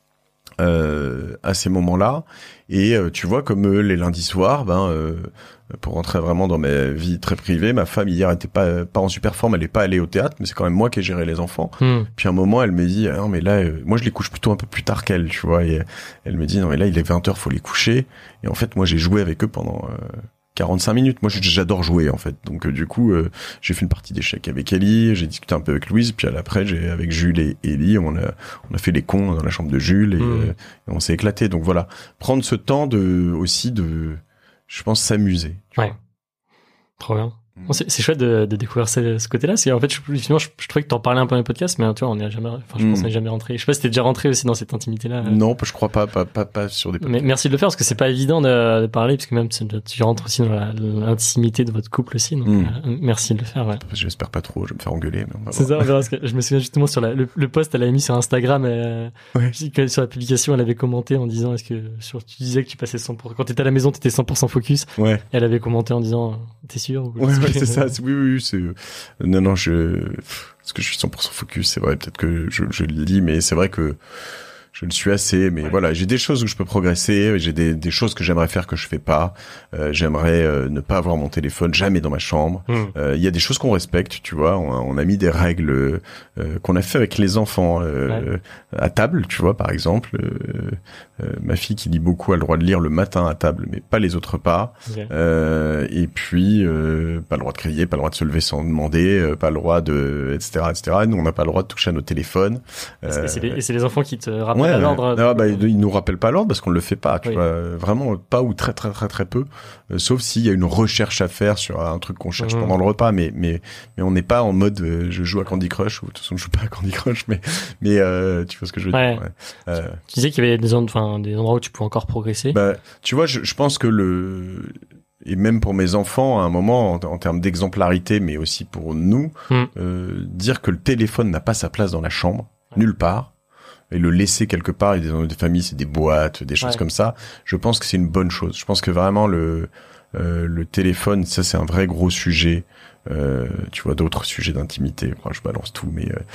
Euh, à ces moments-là et euh, tu vois comme euh, les lundis soirs ben euh, pour rentrer vraiment dans ma vie très privée ma femme hier était pas pas en super forme elle est pas allée au théâtre mais c'est quand même moi qui ai géré les enfants mm. Puis à un moment elle me dit ah, non mais là euh, moi je les couche plutôt un peu plus tard qu'elle tu vois et elle me dit non mais là il est vingt heures faut les coucher et en fait moi j'ai joué avec eux pendant euh, quarante-cinq minutes. Moi, j'adore jouer, en fait. Donc, euh, du coup, euh, j'ai fait une partie d'échecs avec Ellie, j'ai discuté un peu avec Louise, puis après, j'ai, avec Jules et Ellie, on a, on a fait les cons dans la chambre de Jules et, mmh. euh, et on s'est éclaté. Donc, voilà. Prendre ce temps de, aussi de, je pense, s'amuser. Ouais. Vois. Trop bien. Bon, c'est, c'est chouette de, de découvrir ce, ce côté-là. C'est en fait, je, finalement, je, je trouvais que t'en parlais un peu dans les podcasts, mais tu vois, on n'y a jamais. Enfin, je mm. pense qu'on n'est jamais rentré. Je sais pas si t'es déjà rentré aussi dans cette intimité-là. Non, je crois pas, pas, pas, pas sur des. Mais merci de le faire parce que c'est pas évident de, de parler, parce que même tu rentres aussi dans la, l'intimité de votre couple aussi. Donc, mm. euh, merci de le faire. Ouais. J'espère pas trop. Je vais me faire engueuler. Mais on va c'est voir. ça. On verra, parce que je me souviens justement sur la, le, le post, elle avait mis sur Instagram. Euh, ouais. Sur la publication, elle avait commenté en disant, est-ce que sur, tu disais que tu passais cent pour cent quand t'étais à la maison, t'étais cent pour cent focus. Ouais. Et elle avait commenté en disant, t'es sûr? Ou, ouais, ouais, c'est ça. C'est, oui, oui. C'est non non je parce que je suis cent pour cent focus c'est vrai peut-être que je je le dis mais c'est vrai que je le suis assez, mais ouais. Voilà, j'ai des choses où je peux progresser, j'ai des, des choses que j'aimerais faire que je fais pas. Euh, j'aimerais euh, ne pas avoir mon téléphone jamais dans ma chambre. Il mmh. euh, y a des choses qu'on respecte, tu vois. On, on a mis des règles euh, qu'on a fait avec les enfants euh, ouais. à table, tu vois, par exemple. Euh, euh, ma fille qui lit beaucoup a le droit de lire le matin à table, mais pas les autres pas. Okay. Euh, et puis euh, pas le droit de crier, pas le droit de se lever sans demander, euh, pas le droit de, et cetera, et cetera. Nous, on n'a pas le droit de toucher à nos téléphones. Euh, et, c'est les, et c'est les enfants qui te rappellent. Ouais, à l'ordre. Ah, bah, ils nous rappellent pas l'ordre parce qu'on le fait pas, tu oui. vois, vraiment pas ou très très très très peu, euh, sauf s'il y a une recherche à faire sur un truc qu'on cherche mmh. pendant le repas, mais mais mais on n'est pas en mode euh, je joue à Candy Crush ou de toute façon je joue pas à Candy Crush, mais mais euh, tu vois ce que je veux ouais. dire. Ouais. Euh, tu disais qu'il y avait des enfin des endroits où tu peux encore progresser. Bah, tu vois, je, je pense que le et même pour mes enfants, à un moment, en, en termes d'exemplarité, mais aussi pour nous, mmh. euh, dire que le téléphone n'a pas sa place dans la chambre, ouais. nulle part. Et le laisser quelque part, et des, des familles, c'est des boîtes, des choses ouais. comme ça. Je pense que c'est une bonne chose. Je pense que vraiment le euh, le téléphone, ça c'est un vrai gros sujet. Euh, tu vois d'autres sujets d'intimité. Enfin, je balance tout, mais euh,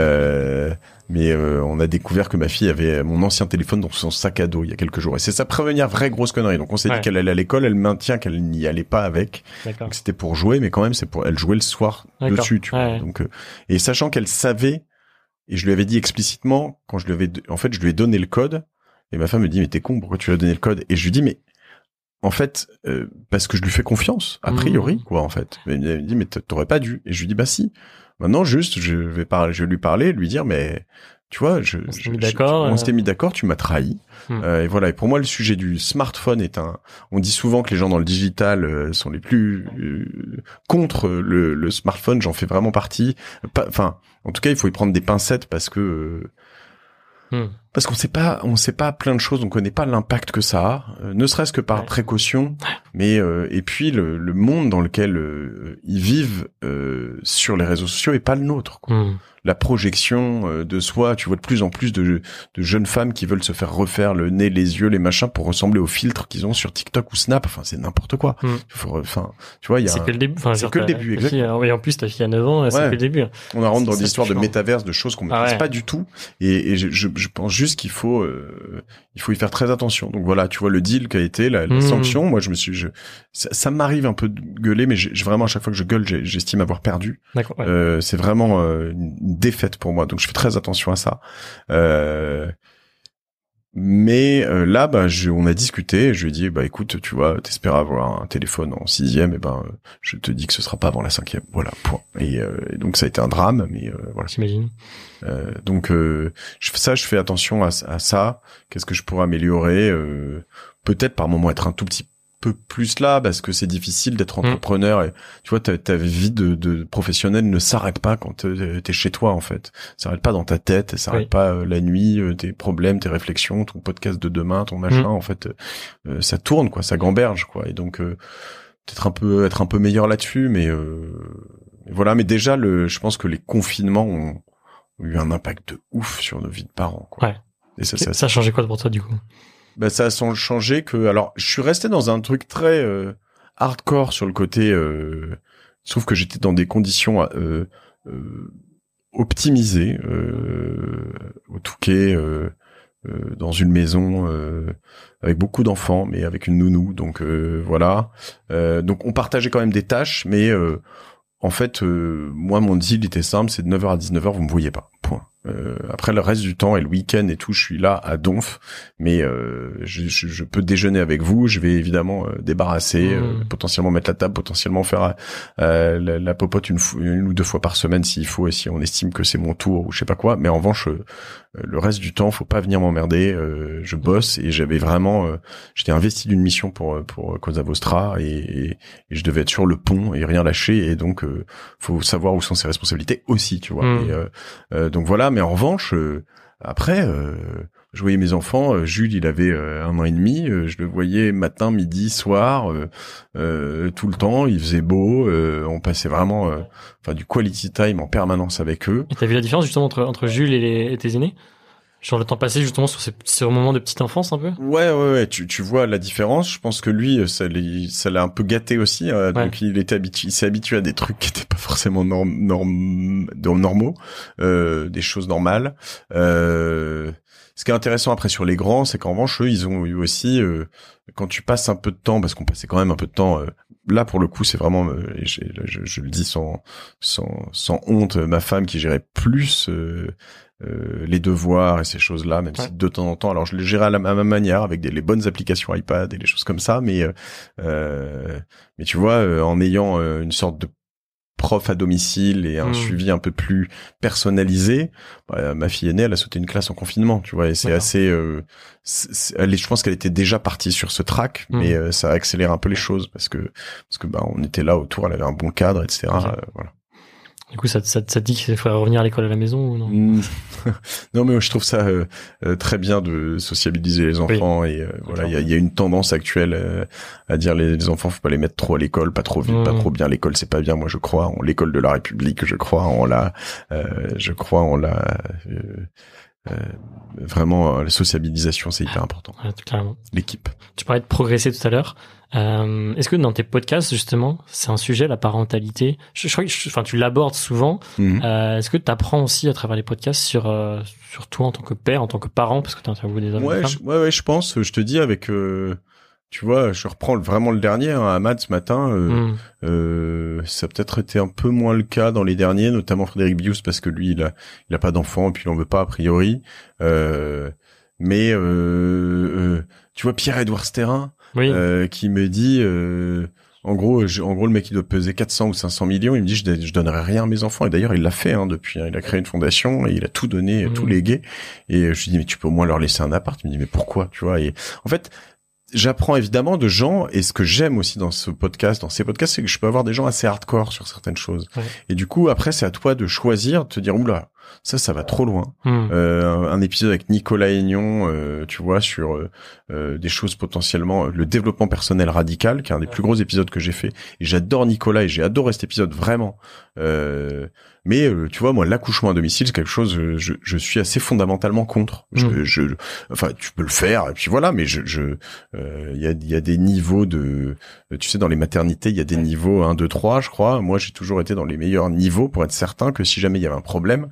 euh, mais euh, on a découvert que ma fille avait mon ancien téléphone dans son sac à dos il y a quelques jours. Et c'est sa première vraie grosse connerie. Donc on s'est ouais. dit qu'elle allait à l'école, elle maintient qu'elle n'y allait pas avec. D'accord. Donc c'était pour jouer, mais quand même c'est pour elle jouait le soir D'accord. dessus. Tu ouais. vois. Donc euh, et sachant qu'elle savait. Et je lui avais dit explicitement, quand je lui avais, en fait, je lui ai donné le code, et ma femme me dit, mais t'es con, pourquoi tu lui as donné le code? Et je lui dis, mais, en fait, euh, parce que je lui fais confiance, a priori, mmh. quoi, en fait. Mais elle me dit, mais t'aurais pas dû. Et je lui dis, bah si. Maintenant, juste, je vais parler, je vais lui parler, lui dire, mais, tu vois, je, on s'était je, mis je- d'accord. on euh, s'était mis d'accord, tu m'as trahi. Hmm. Euh, et voilà. Et pour moi, le sujet du smartphone est un. On dit souvent que les gens dans le digital euh, sont les plus euh, contre le, le smartphone. J'en fais vraiment partie. Pas- Enfin, en tout cas, il faut y prendre des pincettes parce que. Euh, Hmm. Parce qu'on sait pas, on sait pas plein de choses, on connaît pas l'impact que ça a, euh, ne serait-ce que par Ouais. précaution. Mais euh, et puis le, le monde dans lequel euh, ils vivent euh, sur les réseaux sociaux est pas le nôtre, quoi. Hmm. La projection euh, de soi, tu vois de plus en plus de, de jeunes femmes qui veulent se faire refaire le nez, les yeux, les machins pour ressembler aux filtres qu'ils ont sur TikTok ou Snap. Enfin, c'est n'importe quoi. Hmm. Il faut, enfin, tu vois, il y a. C'est un- que le début. Enfin, c'est genre, que le ta- début, ta fille, exactement. euh, oui, en plus, ta fille a neuf ans, c'est Ouais. que le début. On rentre dans C'est ça, l'histoire de touchant. métaverse, de choses qu'on Ah maîtrise ouais. pas du tout, et, et je, je, je pense juste qu'il faut, euh, il faut y faire très attention. Donc voilà, tu vois le deal qu'a été la, la Mmh. sanction. Moi, je me suis, je, ça, ça m'arrive un peu de gueuler, mais j'ai, j'ai vraiment à chaque fois que je gueule, j'ai- j'estime avoir perdu. D'accord. Ouais. Euh, c'est vraiment euh, une défaite pour moi. Donc je fais très attention à ça. Euh, mais euh, là, bah, je, on a discuté. Et je lui ai dit, bah écoute, tu vois, t'espères avoir un téléphone en sixième, et ben, euh, je te dis que ce sera pas avant la cinquième. Voilà, point. Et, euh, et donc ça a été un drame, mais euh, voilà. J'imagine. Euh, donc euh, je fais ça, je fais attention à, à ça. Qu'est-ce que je pourrais améliorer euh, Peut-être par moment être un tout petit peu plus là, parce que c'est difficile d'être entrepreneur. Et tu vois, ta, ta vie de, de professionnel ne s'arrête pas quand t'es, t'es chez toi, en fait. Ça s'arrête pas dans ta tête, ça s'arrête Oui. pas euh, la nuit, euh, tes problèmes, tes réflexions, ton podcast de demain, ton machin. Mm. En fait, euh, ça tourne, quoi, ça gamberge, quoi. Et donc euh, peut-être un peu être un peu meilleur là-dessus, mais euh, voilà. Mais déjà, le, je pense que les confinements ont eu un impact de ouf sur nos vies de parents, quoi. Ouais. Et ça, Ça, ça, ça a changé quoi pour toi, du coup? bah, ça a changé que, alors, je suis resté dans un truc très euh, hardcore sur le côté. Euh, je trouve que j'étais dans des conditions euh, euh, optimisées, euh, au Touquet, euh, euh, dans une maison euh, avec beaucoup d'enfants, mais avec une nounou. Donc euh, voilà. Euh, donc on partageait quand même des tâches, mais euh, en fait, euh, moi, mon deal était simple, c'est de neuf heures à dix-neuf heures, vous me voyez pas. Point. Euh, après, le reste du temps et le week-end et tout, je suis là à donf, mais euh, je, je, je peux déjeuner avec vous. Je vais évidemment euh, débarrasser, Mmh. euh, potentiellement mettre la table, potentiellement faire euh, la, la popote une, fou- une ou deux fois par semaine s'il faut, et si on estime que c'est mon tour ou je sais pas quoi. Mais en revanche, euh, le reste du temps, faut pas venir m'emmerder. Euh, je bosse et j'avais vraiment, euh, j'étais investi d'une mission pour pour Cosa Vostra et, et, et je devais être sur le pont et rien lâcher. Et donc, euh, faut savoir où sont ses responsabilités aussi, tu vois. Mmh. Et, euh, euh, donc voilà. Mais en revanche, euh, après, euh, je voyais mes enfants. euh, Jules, il avait euh, un an et demi. euh, je le voyais matin, midi, soir, euh, euh, tout le temps. Il faisait beau. euh, on passait vraiment, euh, enfin, du quality time en permanence avec eux. Et t'as vu la différence, justement, entre, entre Jules et, les, et tes aînés? Genre le temps passé, justement, sur ces, ces moments de petite enfance, un peu? Ouais, ouais, ouais. Tu, tu vois la différence. Je pense que lui, ça l'est- ça l'a un peu gâté aussi. euh, Ouais. Donc il était habitué, il s'est habitué à des trucs qui étaient pas forcément norm, norm, normaux, euh, des choses normales. Euh, ce qui est intéressant après sur les grands, c'est qu'en revanche, eux, ils ont eu aussi, euh, quand tu passes un peu de temps, parce qu'on passait quand même un peu de temps. Euh, là, pour le coup, c'est vraiment, euh, et je, je, je le dis sans, sans, sans honte, ma femme qui gérait plus. Euh, Euh, les devoirs et ces choses-là, même Ouais. si de temps en temps, alors je les gérais à, la, à ma manière avec des, les bonnes applications iPad et les choses comme ça, mais euh, euh, mais tu vois, euh, en ayant euh, une sorte de prof à domicile et un Mmh. suivi un peu plus personnalisé, bah, ma fille aînée, elle a sauté une classe en confinement, tu vois, et c'est D'accord. assez, euh, c'est, c'est- elle est, je pense qu'elle était déjà partie sur ce track, Mmh. mais euh, ça accélère un peu les choses parce que parce que bah on était là autour, elle avait un bon cadre, et cetera. Ok. Euh, voilà. Du coup, ça, ça, ça te dit qu'il faudrait revenir à l'école à la maison ou non? Mm. Non, mais je trouve ça euh, euh, très bien de sociabiliser les enfants et euh, voilà, il y a, il y a une tendance actuelle euh, à dire les, les enfants, faut pas les mettre trop à l'école, pas trop vite, Mm. pas trop bien. L'école, c'est pas bien. Moi, je crois en l'école de la République. Je crois en la, euh, je crois en la. Euh, euh, vraiment, euh, la sociabilisation, c'est hyper important. Ouais, clairement. L'équipe. Tu parlais de progresser tout à l'heure. Euh, est-ce que dans tes podcasts, justement, c'est un sujet, la parentalité? Je, je crois que, je- enfin, tu l'abordes souvent. Mhm. Euh, est-ce que tu apprends aussi à travers les podcasts sur, euh, sur toi en tant que père, en tant que parent, parce que tu interviewé des hommes et des Ouais, femmes? je, ouais, ouais, je pense. Je te dis avec, euh, tu vois, je reprends vraiment le dernier, hein, Ahmad ce matin. Euh, Mm. euh, ça a peut-être été un peu moins le cas dans les derniers, notamment Frédéric Bius parce que lui, il a, il a pas d'enfant et puis il en veut pas a priori. Euh, mais euh, euh, tu vois, Pierre-Édouard Sterrin. Oui. Euh, qui me dit euh, En gros, je, en gros, le mec il doit peser quatre cents ou cinq cents millions. Il me dit je, je donnerai rien à mes enfants. Et d'ailleurs, il l'a fait hein, depuis. Hein, il a créé une fondation et il a tout donné, mmh. tout légué. Et je lui dis mais tu peux au moins leur laisser un appart. Il me dit mais pourquoi, tu vois. Et en fait, j'apprends évidemment de gens. Et ce que j'aime aussi dans ce podcast, dans ces podcasts, c'est que je peux avoir des gens assez hardcore sur certaines choses. Ouais. Et du coup, après, c'est à toi de choisir, de te dire oula. Ça, ça va trop loin. Mmh. Euh, un, un épisode avec Nicolas Aignan, euh, tu vois, sur euh, euh, des choses potentiellement, euh, le développement personnel radical, qui est un des plus gros épisodes que j'ai fait. Et j'adore Nicolas et j'ai adoré cet épisode vraiment. Euh, mais euh, tu vois, moi, l'accouchement à domicile, c'est quelque chose, euh, je, je suis assez fondamentalement contre. Mmh. Je, je, enfin, tu peux le faire et puis voilà, mais je, je, il euh, y a, il y a des niveaux de, tu sais, dans les maternités, il y a des niveaux un, deux, trois, je crois. Moi, j'ai toujours été dans les meilleurs niveaux pour être certain que si jamais il y avait un problème.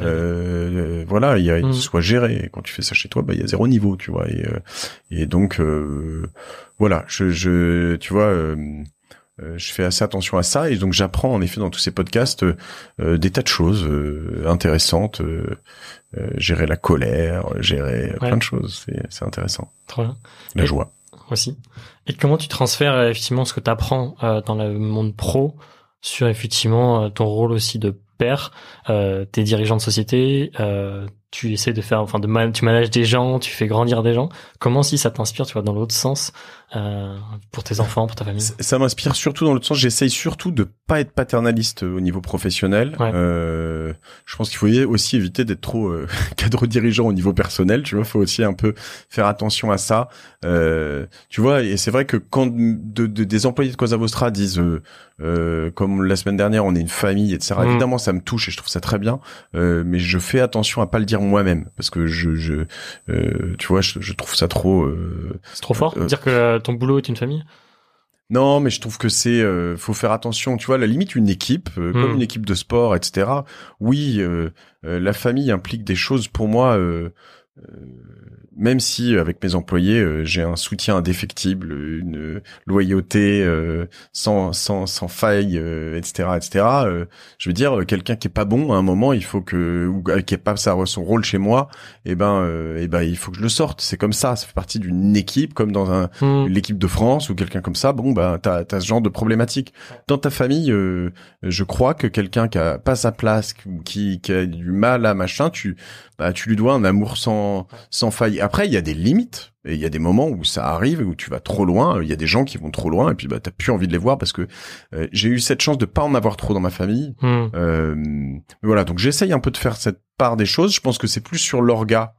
Euh, voilà, il y a mmh. soit géré. Et quand tu fais ça chez toi, bah il y a zéro niveau, tu vois. Et euh, et donc euh, voilà, je je tu vois, euh, euh, je fais assez attention à ça et donc j'apprends en effet dans tous ces podcasts euh, des tas de choses euh, intéressantes. Euh, euh, gérer la colère, gérer ouais. plein de choses. C'est c'est intéressant. Trop bien. La et, joie aussi. Et comment tu transfères effectivement ce que tu apprends euh, dans le monde pro sur effectivement ton rôle aussi de père, euh, t'es dirigeant de société, euh, tu essaies de faire, enfin, de man- tu manages des gens, tu fais grandir des gens. Comment si ça t'inspire, tu vois, dans l'autre sens, euh, pour tes enfants, pour ta famille? Ça, ça m'inspire surtout dans l'autre sens. J'essaye surtout de pas être paternaliste au niveau professionnel. Ouais. Euh, je pense qu'il faut aussi éviter d'être trop euh, cadre dirigeant au niveau personnel. Tu vois, faut aussi un peu faire attention à ça. Euh, tu vois, et c'est vrai que quand de, de, des employés de Cosa Vostra disent, euh, euh, comme la semaine dernière, on est une famille, et cetera. Mmh. Évidemment, ça me touche et je trouve ça très bien. Euh, mais je fais attention à pas le dire moi-même parce que je, je, euh, tu vois, je, je trouve ça trop. Euh, c'est trop fort. Euh, dire que ton boulot est une famille. Non, mais je trouve que c'est, euh, faut faire attention. Tu vois, à la limite, une équipe, euh, mmh. comme une équipe de sport, et cetera. Oui, euh, euh, la famille implique des choses pour moi. Euh, euh, même si avec mes employés euh, j'ai un soutien indéfectible, une loyauté euh, sans sans sans faille, euh, et cetera, et cetera. Euh, je veux dire, quelqu'un qui est pas bon à un moment, il faut que ou qui est pas ça son rôle chez moi, et ben euh, et ben il faut que je le sorte. C'est comme ça, ça fait partie d'une équipe, comme dans un mmh. l'équipe de France ou quelqu'un comme ça. Bon ben t'as t'as ce genre de problématique dans ta famille. Euh, je crois que quelqu'un qui a pas sa place, qui qui a du mal à machin, tu bah tu lui dois un amour sans sans faille. Après, il y a des limites et il y a des moments où ça arrive où tu vas trop loin. Il y a des gens qui vont trop loin et puis bah t'as plus envie de les voir parce que euh, j'ai eu cette chance de pas en avoir trop dans ma famille. Mmh. Euh, mais voilà, donc j'essaye un peu de faire cette part des choses. Je pense que c'est plus sur l'orga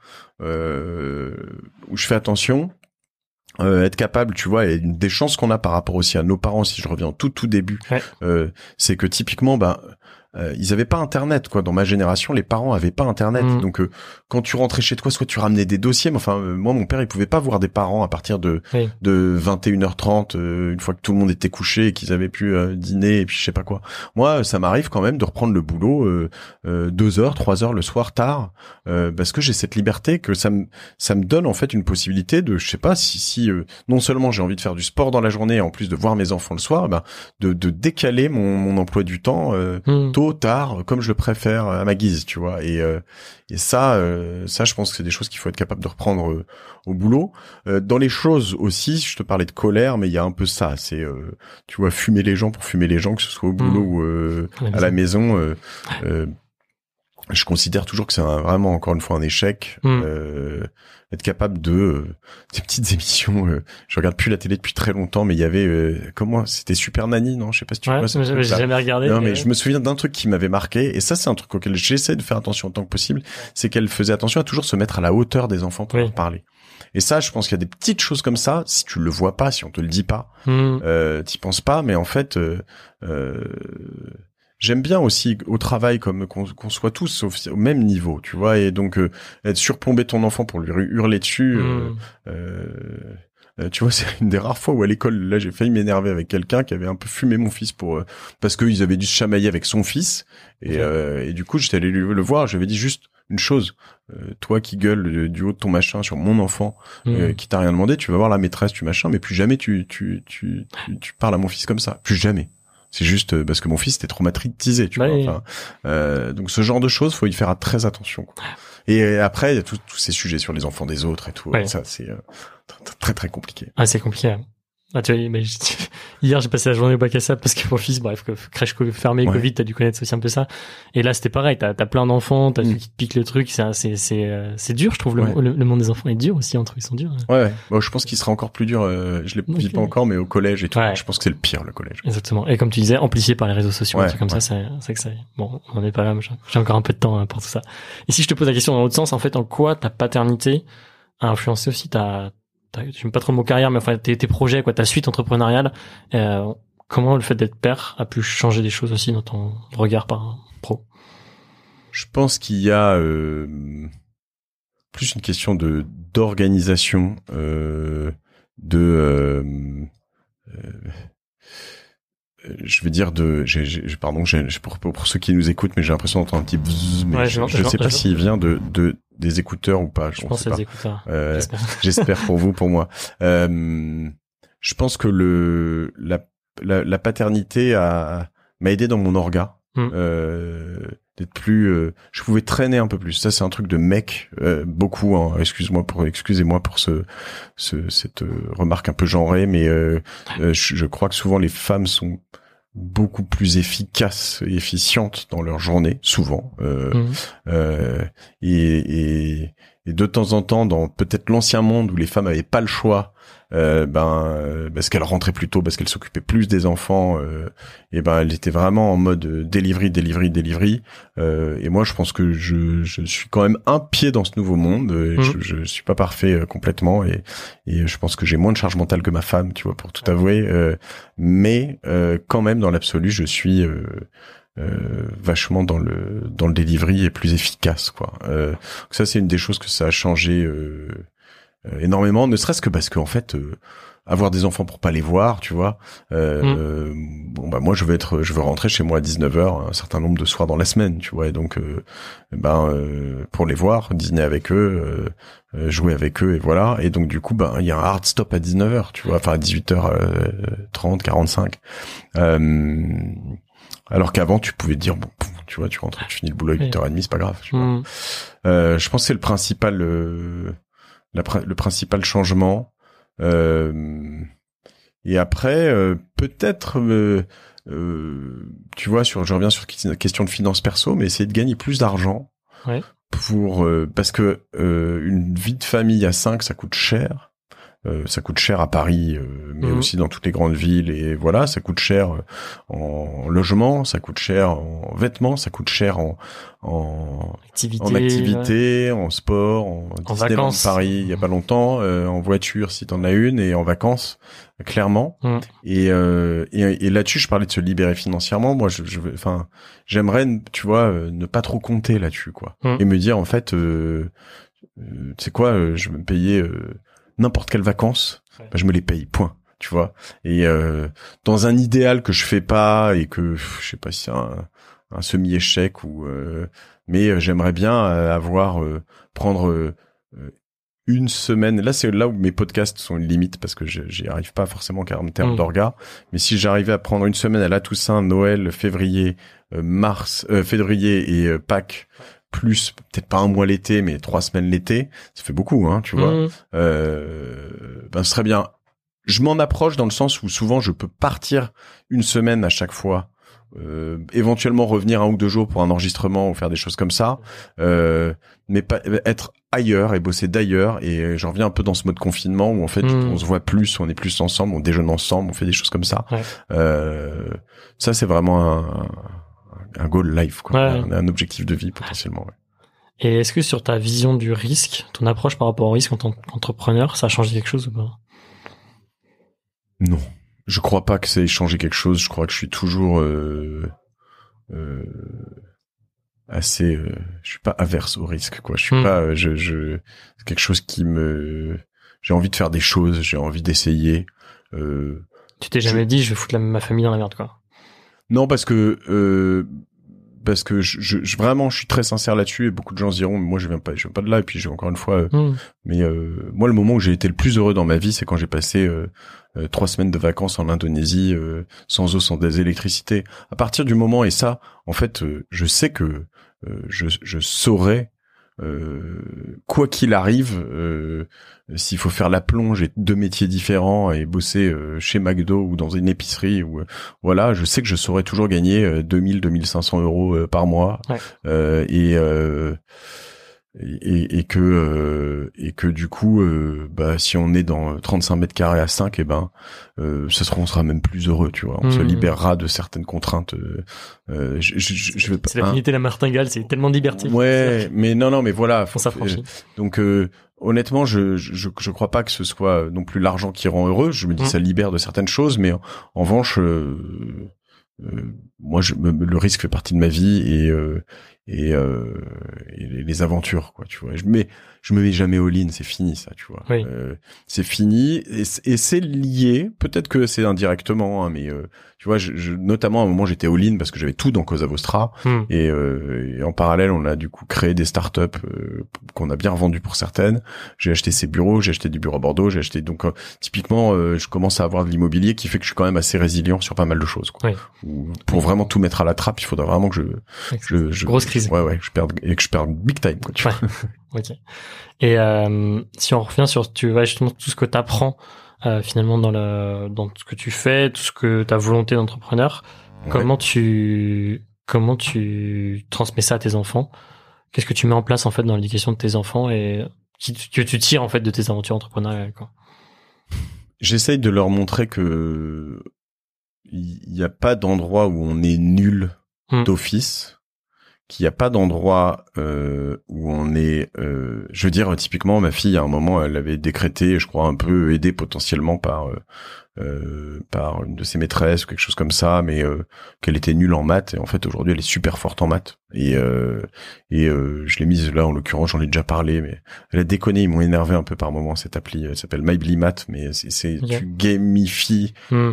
euh, où je fais attention. Euh, être capable, tu vois, et une des chances qu'on a par rapport aussi à nos parents, si je reviens au tout tout début, ouais. euh, c'est que typiquement, ben. Bah, Euh, ils avaient pas internet, quoi. Dans ma génération, les parents avaient pas internet. Mmh. Donc, euh, quand tu rentrais chez toi, soit tu ramenais des dossiers, mais enfin, euh, moi, mon père, il pouvait pas voir des parents à partir de, oui. de vingt et une heures trente, euh, une fois que tout le monde était couché et qu'ils avaient pu euh, dîner et puis je sais pas quoi. Moi, ça m'arrive quand même de reprendre le boulot, euh, euh, deux heures, trois heures le soir tard, euh, parce que j'ai cette liberté que ça me, ça me donne, en fait, une possibilité de, je sais pas, si, si, euh, non seulement j'ai envie de faire du sport dans la journée, en plus de voir mes enfants le soir, ben, de, de décaler mon, mon emploi du temps, euh, mmh. tôt, tard, comme je le préfère à ma guise, tu vois. Et euh, et ça, euh, ça, je pense que c'est des choses qu'il faut être capable de reprendre euh, au boulot. Euh, dans les choses aussi, je te parlais de colère, mais il y a un peu ça. C'est, euh, tu vois, fumer les gens pour fumer les gens, que ce soit au boulot mmh. ou euh, à la maison. Euh, euh, je considère toujours que c'est un, vraiment encore une fois un échec. Mmh. Euh, être capable de euh, ces petites émissions. Euh, je regarde plus la télé depuis très longtemps, mais il y avait euh, comment c'était Super Nanny, non? Je sais pas si tu ouais, vois. J'ai, j'ai jamais regardé. Non, mais, mais je me souviens d'un truc qui m'avait marqué, et ça c'est un truc auquel j'essaie de faire attention autant que possible. C'est qu'elle faisait attention à toujours se mettre à la hauteur des enfants pour oui. leur parler. Et ça, je pense qu'il y a des petites choses comme ça. Si tu le vois pas, si on te le dit pas, mmh. euh, t'y penses pas. Mais en fait. Euh, euh, J'aime bien aussi au travail comme qu'on, qu'on soit tous au, au même niveau, tu vois, et donc euh, être surplombé ton enfant pour lui hurler dessus, mmh. euh, euh, tu vois, c'est une des rares fois où à l'école, là, j'ai failli m'énerver avec quelqu'un qui avait un peu fumé mon fils pour euh, parce qu'ils avaient dû se chamailler avec son fils, et, okay. euh, et du coup, j'étais allé le, le voir, je lui avais dit juste une chose, euh, toi qui gueules du haut de ton machin sur mon enfant, mmh. euh, qui t'a rien demandé, tu vas voir la maîtresse, tu machin, mais plus jamais tu tu tu tu, tu parles à mon fils comme ça, plus jamais. C'est juste parce que mon fils était traumatisé, tu bah vois. Oui. Enfin, euh, donc ce genre de choses, faut y faire très attention, quoi. Et après, il y a tous ces sujets sur les enfants des autres et tout. Ouais. Ça, c'est euh, très très compliqué. Ah, c'est compliqué. Ah, tu vois, mais Hier, j'ai passé la journée au bac à sable parce que mon fils, bref, que crèche fermée, Ouais. Covid, t'as dû connaître aussi un peu ça. Et là, c'était pareil. T'as, t'as plein d'enfants, t'as Mm. ceux qui te piquent le truc. C'est, c'est, c'est, euh, c'est dur, je trouve. Le, Ouais. le, le monde des enfants est dur aussi. Entre eux, ils sont durs. Ouais, ouais. Bon, je pense qu'il sera encore plus dur. Euh, je l'ai Ok. vis pas encore, mais au collège et tout. Ouais. Je pense que c'est le pire, le collège. Exactement. Et comme tu disais, amplifié par les réseaux sociaux, Ouais, un truc comme ouais. ça, c'est, c'est que ça. Bon, on n'en est pas là. Mais j'ai j'ai encore un peu de temps hein, pour tout ça. Et si je te pose la question dans l'autre sens, en fait, en quoi ta paternité a influencé aussi ta, ta j'aime pas trop le mot carrière, mais enfin tes, tes projets, quoi, ta suite entrepreneuriale. Euh, comment le fait d'être père a pu changer des choses aussi dans ton regard par pro? Je pense qu'il y a euh, plus une question de d'organisation, euh, de euh, euh, je vais dire de j'ai, j'ai, pardon j'ai, pour, pour ceux qui nous écoutent, mais j'ai l'impression d'entendre un petit bzzz, mais Ouais, je, je- je je- sais pas je- s'il vient de de des écouteurs ou pas. Je on pense sait à pas. des écouteurs. Euh, J'espère. J'espère pour vous, pour moi. Euh, je pense que le la la, la paternité a m'a aidé dans mon orga. Mm. Euh, d'être plus euh, je pouvais traîner un peu plus. Ça c'est un truc de mec euh, beaucoup hein. Excuse-moi pour excusez-moi pour ce, ce cette euh, remarque un peu genrée, mais euh, euh, je, je crois que souvent les femmes sont beaucoup plus efficaces et efficientes dans leur journée, souvent. Euh, Mm. euh, et, et, et de temps en temps, dans peut-être l'ancien monde où les femmes avaient pas le choix, euh, ben euh, parce qu'elles rentraient plus tôt, parce qu'elles s'occupaient plus des enfants, euh, et ben elles étaient vraiment en mode euh, delivery, delivery, delivery. Euh, et moi, je pense que je, je suis quand même un pied dans ce nouveau monde. Et Mmh. je, je suis pas parfait euh, complètement, et, et je pense que j'ai moins de charge mentale que ma femme, tu vois, pour tout avouer. Euh, mais euh, quand même, dans l'absolu, je suis euh, Euh, vachement dans le dans le delivery et plus efficace quoi. Euh, ça c'est une des choses que ça a changé euh, euh, énormément, ne serait-ce que parce que en fait euh, avoir des enfants pour pas les voir, tu vois. Euh, Mm. euh, bon bah moi je veux être je veux rentrer chez moi à dix-neuf heures un certain nombre de soirs dans la semaine, tu vois. Et donc euh, ben euh, pour les voir, dîner avec eux, euh, jouer avec eux et voilà. Et donc du coup ben il y a un hard stop à dix-neuf heures, tu vois, enfin à dix-huit heures trente, quarante-cinq. Euh Alors qu'avant, tu pouvais te dire, bon, tu vois, tu rentres, tu finis le boulot à huit heures trente, c'est pas grave. Tu vois. Mm. Euh, je pense que c'est le principal, euh, la, le principal changement. Euh, et après, euh, peut-être, euh, euh, tu vois, sur, je reviens sur la question de finances perso, mais essayer de gagner plus d'argent. Ouais. Pour, euh, parce que euh, une vie de famille à cinq, ça coûte cher. Euh, ça coûte cher à Paris, euh, mais mmh. aussi dans toutes les grandes villes, et voilà, ça coûte cher en logement, ça coûte cher en vêtements, ça coûte cher en en activité, en, activité, ouais. En sport, en, en Disneyland vacances. Paris, il y a pas longtemps, euh, en voiture si t'en as une, et en vacances, clairement. Mmh. Et, euh, et et là-dessus, je parlais de se libérer financièrement. Moi, je, je enfin, j'aimerais, tu vois, euh, ne pas trop compter là-dessus, quoi, mmh. et me dire en fait, euh, euh, tu sais quoi, euh, je vais me payer. Euh, n'importe quelles vacances, ouais. bah, je me les paye, point, tu vois. Et euh, dans un idéal que je fais pas et que je sais pas si c'est un, un semi-échec ou, euh, mais j'aimerais bien avoir euh, prendre euh, une semaine. Là, c'est là où mes podcasts sont une limite parce que j'y arrive pas forcément en termes mmh. d'orga. Mais si j'arrivais à prendre une semaine à la Toussaint, Noël, février, euh, mars, euh, février et euh, Pâques. Plus peut-être pas un mois l'été, mais trois semaines l'été, ça fait beaucoup, hein, tu vois. Mmh. Euh, ben ce serait bien. Je m'en approche dans le sens où souvent je peux partir une semaine à chaque fois, euh, éventuellement revenir un ou deux jours pour un enregistrement ou faire des choses comme ça, euh, mais pas être ailleurs et bosser d'ailleurs. Et j'en reviens un peu dans ce mode confinement où en fait mmh. on se voit plus, on est plus ensemble, on déjeune ensemble, on fait des choses comme ça. Ouais. Euh, ça c'est vraiment un un goal life, quoi. Ouais. Un, un objectif de vie potentiellement. Ouais. Et est-ce que sur ta vision du risque, ton approche par rapport au risque en tant qu'entrepreneur, ça a changé quelque chose ou pas? Non, je crois pas que ça ait changé quelque chose. Je crois que je suis toujours euh, euh, assez. Euh, je suis pas averse au risque, quoi. Je suis mmh. pas. Euh, je, je c'est quelque chose qui me. J'ai envie de faire des choses. J'ai envie d'essayer. Euh, tu t'es jamais je... dit, je vais foutre la, ma famille dans la merde, quoi. Non, parce que euh, parce que je, je vraiment je suis très sincère là-dessus et beaucoup de gens se diront moi je viens pas je viens pas de là et puis j'ai encore une fois euh, mmh. mais euh, moi le moment où j'ai été le plus heureux dans ma vie c'est quand j'ai passé euh, euh, trois semaines de vacances en Indonésie euh, sans eau sans des électricités. À partir du moment et ça en fait euh, je sais que euh, je je saurais euh, quoi qu'il arrive, euh, s'il faut faire la plonge et deux métiers différents et bosser euh, chez McDo ou dans une épicerie, ou euh, voilà, je sais que je saurais toujours gagner euh, deux mille, deux mille cinq cents euros euh, par mois, ouais. euh, et euh, Et, et que euh, et que du coup euh, bah si on est dans trente-cinq mètres carrés à cinq, et ben euh, ça sera on sera même plus heureux, tu vois, on mmh. se libérera de certaines contraintes. euh, euh, je, je, je vais pas, c'est l'affinité hein. de la martingale, c'est tellement de liberté, ouais, mais non non mais voilà, faut, on s'affranchit. Donc euh, honnêtement, je, je je crois pas que ce soit non plus l'argent qui rend heureux. Je me dis mmh. ça libère de certaines choses, mais en, en revanche euh, euh, moi je me, le risque fait partie de ma vie, et euh, et, euh, et les aventures, quoi, tu vois. Je mets, je me mets jamais all-in, c'est fini, ça, tu vois. Oui. Euh, c'est fini, et, et c'est lié, peut-être que c'est indirectement, hein, mais euh, tu vois, je, je, notamment à un moment j'étais all-in parce que j'avais tout dans Cosa Vostra, mm. et, euh, et en parallèle on a du coup créé des startups euh, qu'on a bien revendues pour certaines. J'ai acheté ces bureaux, j'ai acheté du bureau à Bordeaux, j'ai acheté donc euh, typiquement, euh, je commence à avoir de l'immobilier qui fait que je suis quand même assez résilient sur pas mal de choses, quoi. Oui. Où, pour oui. vraiment tout mettre à la trappe, il faudrait vraiment que je, je, je grosse crise. Ouais, ouais, je perds et que je perds big time, quoi, tu ouais. vois. Ok. Et euh, si on revient sur, tu vois, justement tout ce que t'apprends euh, finalement dans le dans ce que tu fais, tout ce que ta volonté d'entrepreneur, ouais. comment tu comment tu transmets ça à tes enfants? Qu'est-ce que tu mets en place en fait dans l'éducation de tes enfants et qui, que tu tires en fait de tes aventures entrepreneuriales, quoi? J'essaye de leur montrer que il y a pas d'endroit où on est nul mmh. d'office. Qu'il n'y a pas d'endroit euh, où on est... Euh, je veux dire, typiquement, ma fille, à un moment, elle avait décrété, je crois, un peu aidée potentiellement par euh, euh, par une de ses maîtresses ou quelque chose comme ça, mais euh, qu'elle était nulle en maths. Et en fait, aujourd'hui, elle est super forte en maths. Et euh, et euh, je l'ai mise là, en l'occurrence, j'en ai déjà parlé, mais elle a déconné. Ils m'ont énervé un peu par moment, cette appli. Elle s'appelle MyBliMath, mais c'est, c'est okay. tu gamifies mm.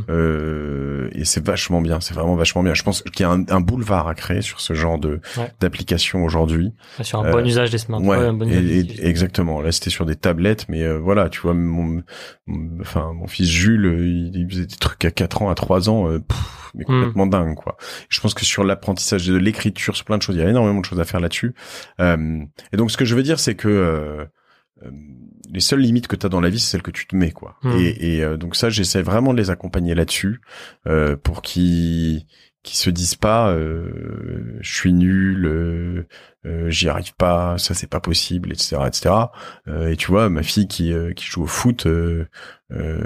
euh, et c'est vachement bien. C'est vraiment vachement bien. Je pense qu'il y a un, un boulevard à créer sur ce genre de ouais. d'application aujourd'hui. Sur un euh, bon usage des smartphones. Ouais, un bon et, et, exactement. Là, c'était sur des tablettes, mais euh, voilà, tu vois, mon, mon, enfin, mon fils Jules, il, il faisait des trucs à quatre ans, à trois ans, euh, pff, mais complètement mm. dingue, quoi. Je pense que sur l'apprentissage de l'écriture, sur plein de choses, il y a énormément de choses à faire là-dessus. Euh, et donc, ce que je veux dire, c'est que euh, euh, les seules limites que tu as dans la vie, c'est celles que tu te mets, quoi. Mm. Et, et euh, donc ça, j'essaie vraiment de les accompagner là-dessus euh, pour qu'ils qui se disent pas euh, je suis nul, euh, euh, j'y arrive pas, ça c'est pas possible, et cetera, et cetera. Euh, et tu vois, ma fille qui euh, qui joue au foot, euh, euh,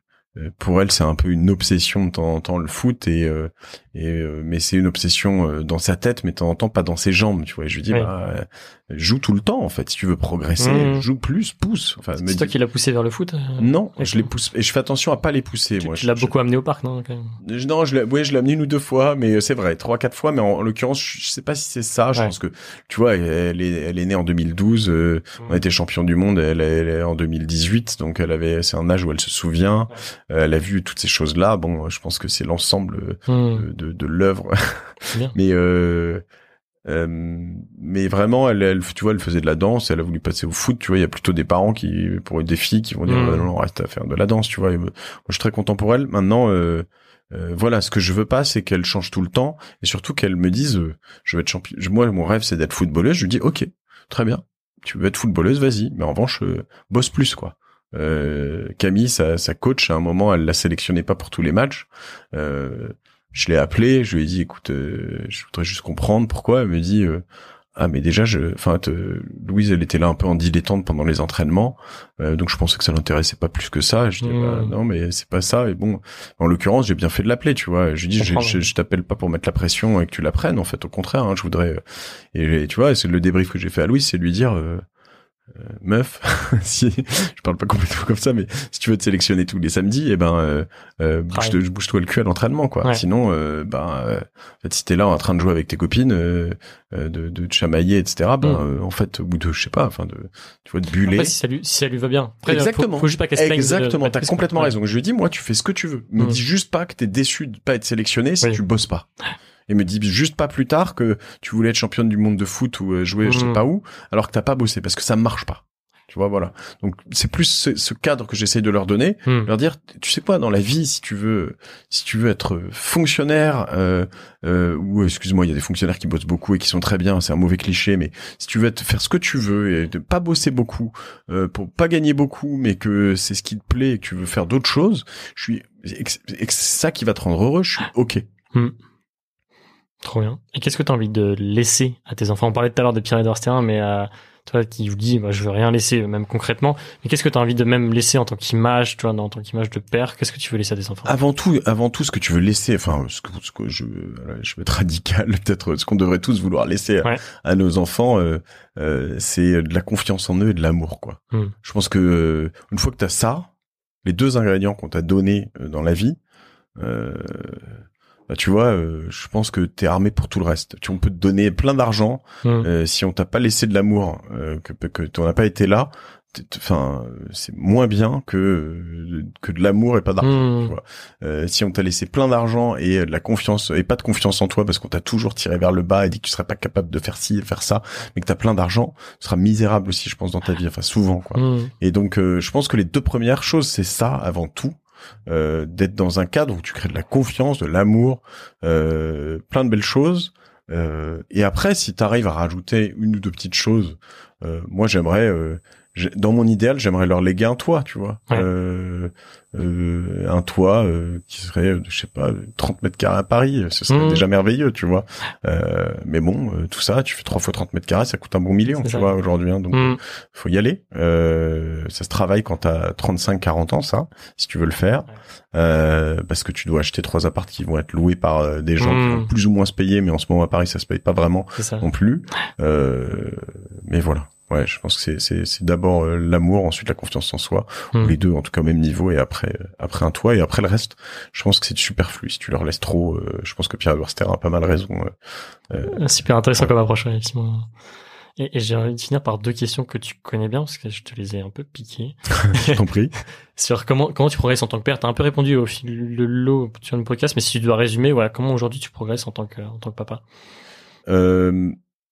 pour elle c'est un peu une obsession de temps en temps le foot, et euh, et euh, mais c'est une obsession euh, dans sa tête, mais de temps en temps pas dans ses jambes, tu vois. Et je lui dis oui. bah euh, joue tout le temps en fait, si tu veux progresser, mmh. joue plus, pousse. Enfin, c'est toi dit... qui l'as poussé vers le foot? Non, okay. je les pousse et je fais attention à pas les pousser. Tu, moi, tu je, l'as je... beaucoup amené au parc, non? Quand même. Non, je l'ai, ouais, je l'ai amené une ou deux fois, mais c'est vrai, trois, quatre fois. Mais en, en l'occurrence, je sais pas si c'est ça. Je ouais. pense que, tu vois, elle est, elle est née en deux mille douze. Euh, mmh. On a été champion du monde. Elle, elle est en deux mille dix-huit, donc elle avait, c'est un âge où elle se souvient. Ouais. Euh, elle a vu toutes ces choses-là. Bon, je pense que c'est l'ensemble mmh. de, de, de l'œuvre. mais euh, euh, mais vraiment, elle, elle, tu vois, elle faisait de la danse. Elle a voulu passer au foot. Tu vois, il y a plutôt des parents qui, pour des filles, qui vont dire mmh. non, non, reste à faire de la danse. Tu vois, et moi, je suis très content pour elle. Maintenant. Euh, Euh, voilà, ce que je veux pas, c'est qu'elle change tout le temps, et surtout qu'elle me dise, euh, je veux être champion. Moi, mon rêve, c'est d'être footballeuse. Je lui dis, ok, très bien, tu veux être footballeuse, vas-y. Mais en revanche, euh, bosse plus, quoi. Euh, Camille, sa, sa coach, à un moment, elle la sélectionnait pas pour tous les matchs. Euh, je l'ai appelée, je lui ai dit, écoute, euh, je voudrais juste comprendre pourquoi. Elle me dit, euh, ah mais déjà je enfin Louise elle était là un peu en dilettante pendant les entraînements, euh, donc je pensais que ça l'intéressait pas plus que ça. Je dis mmh. bah, non mais c'est pas ça. Et bon, en l'occurrence j'ai bien fait de l'appeler, tu vois. Je dis je, je, je t'appelle pas pour mettre la pression et que tu la prennes, en fait, au contraire, hein, je voudrais et, et tu vois, c'est le débrief que j'ai fait à Louise, c'est lui dire euh, Euh, meuf, si je parle pas complètement comme ça, mais si tu veux te sélectionner tous les samedis, eh ben euh, euh, bouge-toi, bouge-toi le cul à l'entraînement, quoi. Ouais. Sinon, euh, ben euh, en fait, si t'es là en train de jouer avec tes copines, euh, euh, de, de te chamailler, et cetera. Ben mm. euh, en fait, au bout de, je sais pas, enfin de, tu vois, de buller. Après, si ça lui, si ça lui va bien. Après, exactement. Faut, faut juste pas qu'elle se plaigne. Exactement. De, T'as complètement raison. Ouais. Je lui dis, moi, tu fais ce que tu veux. Me mm. dis juste pas que t'es déçu de pas être sélectionné si oui. tu bosses pas. Et me dis juste pas plus tard que tu voulais être championne du monde de foot ou jouer, mm. je sais pas où, alors que t'as pas bossé, parce que ça marche pas. Tu vois, voilà. Donc c'est plus ce, ce cadre que j'essaye de leur donner, mmh. leur dire, tu sais quoi, dans la vie, si tu veux, si tu veux être fonctionnaire, euh, euh, ou excuse-moi, il y a des fonctionnaires qui bossent beaucoup et qui sont très bien, c'est un mauvais cliché, mais si tu veux être, faire ce que tu veux et de pas bosser beaucoup, euh, pour pas gagner beaucoup, mais que c'est ce qui te plaît et que tu veux faire d'autres choses, je suis, et que c'est ça qui va te rendre heureux, je suis ok. Mmh. Trop bien. Et qu'est-ce que tu as envie de laisser à tes enfants? On parlait tout à l'heure de Pierre-Édouard Stérin, mais euh, toi qui vous dis, bah, je veux rien laisser, même concrètement. Mais qu'est-ce que tu as envie de même laisser en tant qu'image, tu vois, en tant qu'image de père? Qu'est-ce que tu veux laisser à tes enfants? Avant tout, avant tout, ce que tu veux laisser, enfin, ce que, ce que je, je vais être radical, peut-être, ce qu'on devrait tous vouloir laisser à, ouais. à nos enfants, euh, euh, c'est de la confiance en eux et de l'amour, quoi. Mm. Je pense que euh, une fois que t'as ça, les deux ingrédients qu'on t'a donnés dans la vie, euh, bah, tu vois, euh, je pense que t'es armé pour tout le reste. Tu, on peut te donner plein d'argent, mmh. euh, si on t'a pas laissé de l'amour, euh, que que t'en as pas été là, enfin, c'est moins bien que que de l'amour et pas d'argent. Mmh. Tu vois. Euh, si on t'a laissé plein d'argent et de la confiance et pas de confiance en toi parce qu'on t'a toujours tiré vers le bas et dit que tu serais pas capable de faire ci et faire ça, mais que t'as plein d'argent, tu seras misérable aussi, je pense, dans ta vie. Enfin, souvent, quoi. Mmh. Et donc, euh, je pense que les deux premières choses, c'est ça avant tout. Euh, d'être dans un cadre où tu crées de la confiance, de l'amour, euh, plein de belles choses. Euh, et après, si tu arrives à rajouter une ou deux petites choses, euh, moi j'aimerais, euh, dans mon idéal, j'aimerais leur léguer un toit, tu vois, ouais. euh, euh, un toit euh, qui serait, je sais pas, trente mètres carrés à Paris, ce serait mmh. déjà merveilleux, tu vois. Euh, mais bon, euh, tout ça, tu fais trois fois trente mètres carrés, ça coûte un bon million, c'est tu ça. vois, aujourd'hui. Hein, donc, mmh. faut y aller. Euh, ça se travaille quand t'as trente-cinq quarante ans, ça, si tu veux le faire. Ouais. Euh, parce que tu dois acheter trois apparts qui vont être loués par euh, des gens mmh. qui vont plus ou moins se payer, mais en ce moment à Paris, ça se paye pas vraiment non plus. Euh, mais voilà. Ouais, je pense que c'est c'est c'est d'abord euh, l'amour, ensuite la confiance en soi, mmh. ou les deux en tout cas au même niveau, et après euh, après un toit, et après le reste, je pense que c'est superflu. Si tu leur laisses trop, euh, je pense que Pierre-Édouard Stérin a pas mal raison. Euh, euh, Super intéressant ouais. comme approche, effectivement. Et, et j'ai envie de finir par deux questions que tu connais bien, parce que je te les ai un peu piquées. Je t'en prie. Sur comment comment tu progresses en tant que père. T'as un peu répondu au fil de l'eau sur le podcast, mais si tu dois résumer, voilà, comment aujourd'hui tu progresses en tant que en tant que papa. Euh...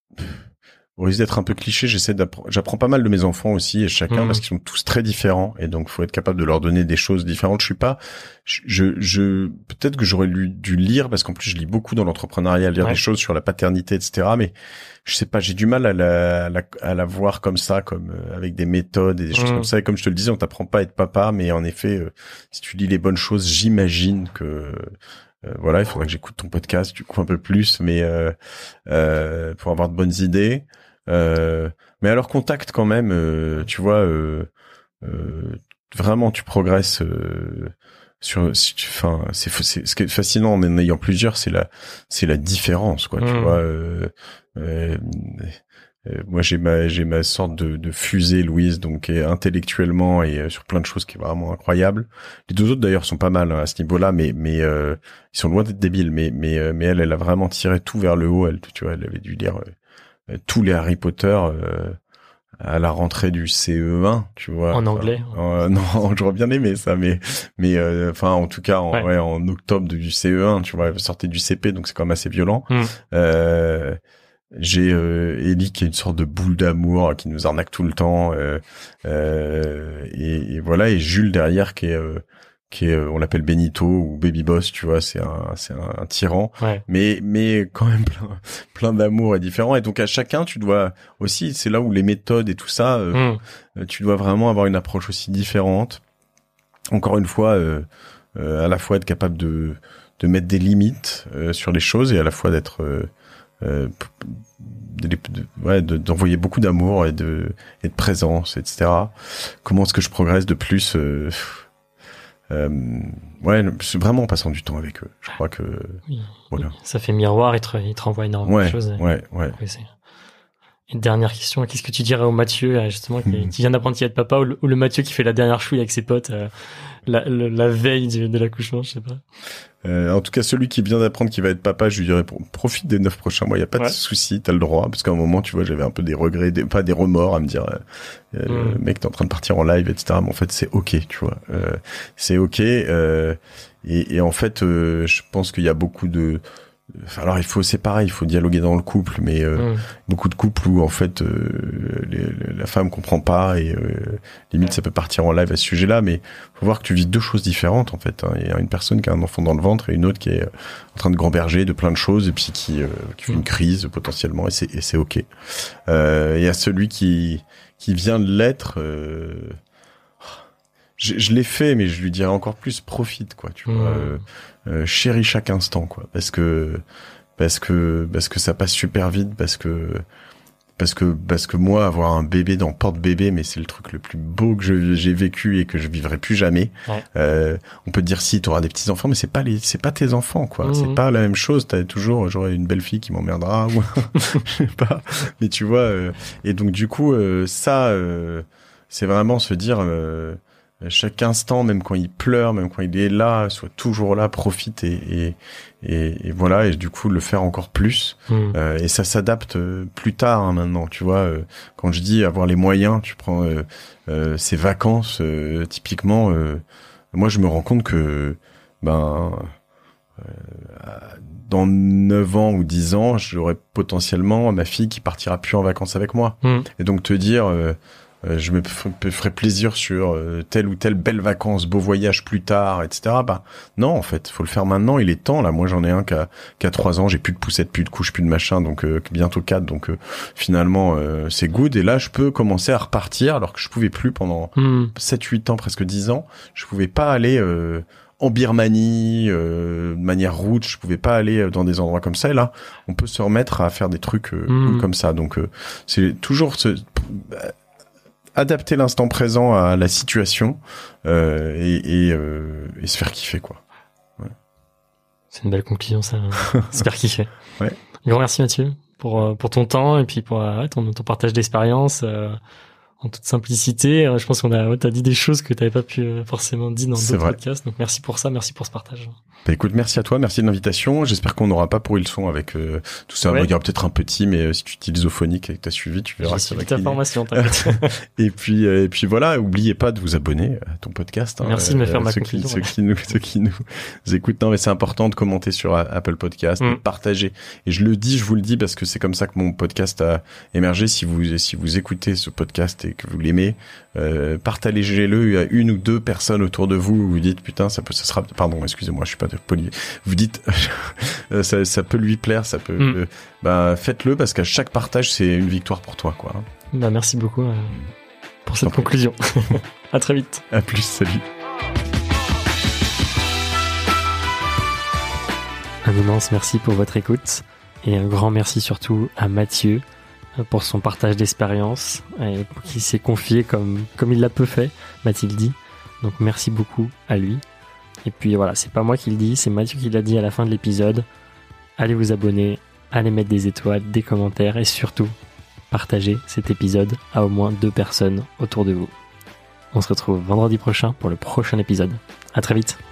Au risque d'être un peu cliché, j'essaie d'apprendre, j'apprends pas mal de mes enfants aussi, et chacun, mmh. parce qu'ils sont tous très différents, et donc faut être capable de leur donner des choses différentes. Je suis pas, je, je, peut-être que j'aurais lu, dû lire, parce qu'en plus je lis beaucoup dans l'entrepreneuriat, lire ouais. des choses sur la paternité, et cetera. Mais je sais pas, j'ai du mal à la, à la, à la voir comme ça, comme euh, avec des méthodes et des choses mmh. comme ça. Et comme je te le disais, on t'apprend pas à être papa, mais en effet, euh, si tu lis les bonnes choses, j'imagine que Euh, voilà, il faudrait que j'écoute ton podcast du coup un peu plus, mais euh, euh, pour avoir de bonnes idées. Euh, mais à leur contact quand même, euh, tu vois, euh, euh, vraiment tu progresses. Euh, sur, enfin, c'est, c'est ce qui est fascinant en en ayant plusieurs, c'est la, c'est la différence, quoi. Mmh. Tu vois. Euh, euh, Euh, moi, j'ai ma j'ai ma sorte de, de fusée, Louise, donc et intellectuellement et euh, sur plein de choses qui est vraiment incroyable. Les deux autres d'ailleurs sont pas mal hein, à ce niveau-là, mais mais euh, ils sont loin d'être débiles. Mais mais euh, mais elle, elle a vraiment tiré tout vers le haut. Elle, tu vois, elle avait dû lire euh, tous les Harry Potter euh, à la rentrée du C E un, tu vois. En anglais. Euh, non, j'aurais bien aimé ça, mais mais enfin euh, en tout cas en, ouais. Ouais, en octobre du C E un, tu vois, elle sortait du C P, donc c'est quand même assez violent. Mm. Euh, J'ai euh, Ellie qui est une sorte de boule d'amour qui nous arnaque tout le temps euh, euh, et, et voilà et Jules derrière qui est euh, qui est on l'appelle Benito ou Baby Boss, tu vois, c'est un c'est un, un tyran ouais. mais mais quand même plein plein d'amour et différent, et donc à chacun tu dois aussi, c'est là où les méthodes et tout ça euh, mm. tu dois vraiment avoir une approche aussi différente, encore une fois euh, euh, à la fois être capable de de mettre des limites euh, sur les choses et à la fois d'être euh, Euh, de, de, ouais, de, d'envoyer beaucoup d'amour et de, et de présence, et cetera. Comment est-ce que je progresse de plus euh, euh, ouais, c'est vraiment en passant du temps avec eux. Je crois que oui, voilà. Ça fait miroir, il te, il te renvoie énormément ouais, de choses. Ouais, ouais. Et dernière question, qu'est-ce que tu dirais au Mathieu justement qui, mmh. qui vient d'apprendre qu'il est papa, ou le, ou le Mathieu qui fait la dernière chouille avec ses potes euh, la, la, la veille de, de l'accouchement, je sais pas. Euh, en tout cas, celui qui vient d'apprendre qu'il va être papa, je lui dirais, profite des neuf prochains mois. Il y a pas ouais. de souci, t'as le droit. Parce qu'à un moment, tu vois, j'avais un peu des regrets, des, pas des remords à me dire, euh, mm. le mec, t'es en train de partir en live, et cetera. Mais en fait, c'est ok, tu vois. Euh, c'est ok. Euh, et, et en fait, euh, je pense qu'il y a beaucoup de alors il faut c'est pareil, il faut dialoguer dans le couple, mais euh, mmh. beaucoup de couples où en fait euh, les, la femme comprend pas et euh, limite ça peut partir en live à ce sujet-là, mais faut voir que tu vis deux choses différentes en fait. Hein. Il y a une personne qui a un enfant dans le ventre et une autre qui est en train de gamberger de plein de choses et puis qui, euh, qui fait une crise potentiellement et c'est, et c'est ok. Euh, il y a celui qui qui vient de l'être. Euh, je, je l'ai fait, mais je lui dirais encore plus, profite quoi, tu mmh. vois. Euh, Euh, chéris chaque instant quoi, parce que parce que parce que ça passe super vite, parce que parce que parce que moi avoir un bébé dans porte-bébé, mais c'est le truc le plus beau que je, j'ai vécu et que je vivrai plus jamais. Ouais. Euh, on peut te dire si t'auras des petits enfants, mais c'est pas les c'est pas tes enfants quoi, mmh. c'est pas la même chose. T'as toujours j'aurai une belle fille qui m'emmerdera ou je sais pas, mais tu vois. Euh, et donc du coup euh, ça euh, c'est vraiment se dire euh, chaque instant, même quand il pleure, même quand il est là, soit toujours là, profite et et et, et voilà, et du coup le faire encore plus. Mmh. Euh, et ça s'adapte plus tard hein, maintenant, tu vois. Euh, quand je dis avoir les moyens, tu prends euh, euh, ces vacances, euh, typiquement, euh, moi je me rends compte que ben euh, dans neuf ans ou dix ans, j'aurai potentiellement ma fille qui partira plus en vacances avec moi. Mmh. Et donc te dire euh, Euh, je me ferai plaisir sur euh, telle ou telle belle vacances, beau voyage plus tard, et cetera. Bah non, en fait, faut le faire maintenant. Il est temps. Là, moi, j'en ai un qui a, qui a trois ans. J'ai plus de poussettes, plus de couches, plus de machin. Donc euh, bientôt quatre. Donc euh, finalement, euh, c'est good. Et là, je peux commencer à repartir, alors que je pouvais plus pendant mmh. sept huit ans, presque dix ans. Je pouvais pas aller euh, en Birmanie euh, de manière route. Je pouvais pas aller dans des endroits comme ça. Et là, on peut se remettre à faire des trucs euh, mmh. comme ça. Donc euh, c'est toujours ce adapter l'instant présent à la situation euh, et, et, euh, et se faire kiffer quoi. Ouais. C'est une belle conclusion ça. Se faire kiffer. Ouais. Grand merci Mathieu pour pour ton temps et puis pour ouais, ton, ton partage d'expérience euh, en toute simplicité. Je pense qu'on a ouais, t'as dit des choses que t'avais pas pu forcément dire dans d'autres podcasts. Donc merci pour ça, merci pour ce partage. Bah écoute, merci à toi, merci de l'invitation. J'espère qu'on n'aura pas pourri le son avec euh, tout ça. Ouais. Il y aura peut-être un petit, mais euh, si tu utilises Ophonic et que t'as suivi, tu verras. J'ai suivi ta formation, t'inquiète. et puis, euh, et puis voilà, oubliez pas de vous abonner à ton podcast. Hein, merci de me faire euh, ma ceux conclusion. Qui, ouais. Ceux qui nous, ceux qui nous écoutent, non mais c'est important de commenter sur Apple Podcast, mm. de partager. Et je le dis, je vous le dis parce que c'est comme ça que mon podcast a émergé. Si vous, si vous écoutez ce podcast et que vous l'aimez, euh, partagez-le à une ou deux personnes autour de vous où vous dites putain, ça peut, ça sera, pardon, excusez-moi, je suis pas poli. Vous dites ça, ça peut lui plaire, ça peut mm. euh, bah faites-le parce qu'à chaque partage c'est une victoire pour toi quoi. Bah merci beaucoup euh, pour cette conclusion. À très vite. À plus, salut. Un immense merci pour votre écoute et un grand merci surtout à Mathieu pour son partage d'expérience et qui s'est confié comme comme il l'a peu fait, m'a-t-il dit. Donc merci beaucoup à lui. Et puis voilà, c'est pas moi qui le dis, c'est Mathieu qui l'a dit à la fin de l'épisode. Allez vous abonner, allez mettre des étoiles, des commentaires et surtout, partagez cet épisode à au moins deux personnes autour de vous. On se retrouve vendredi prochain pour le prochain épisode. À très vite.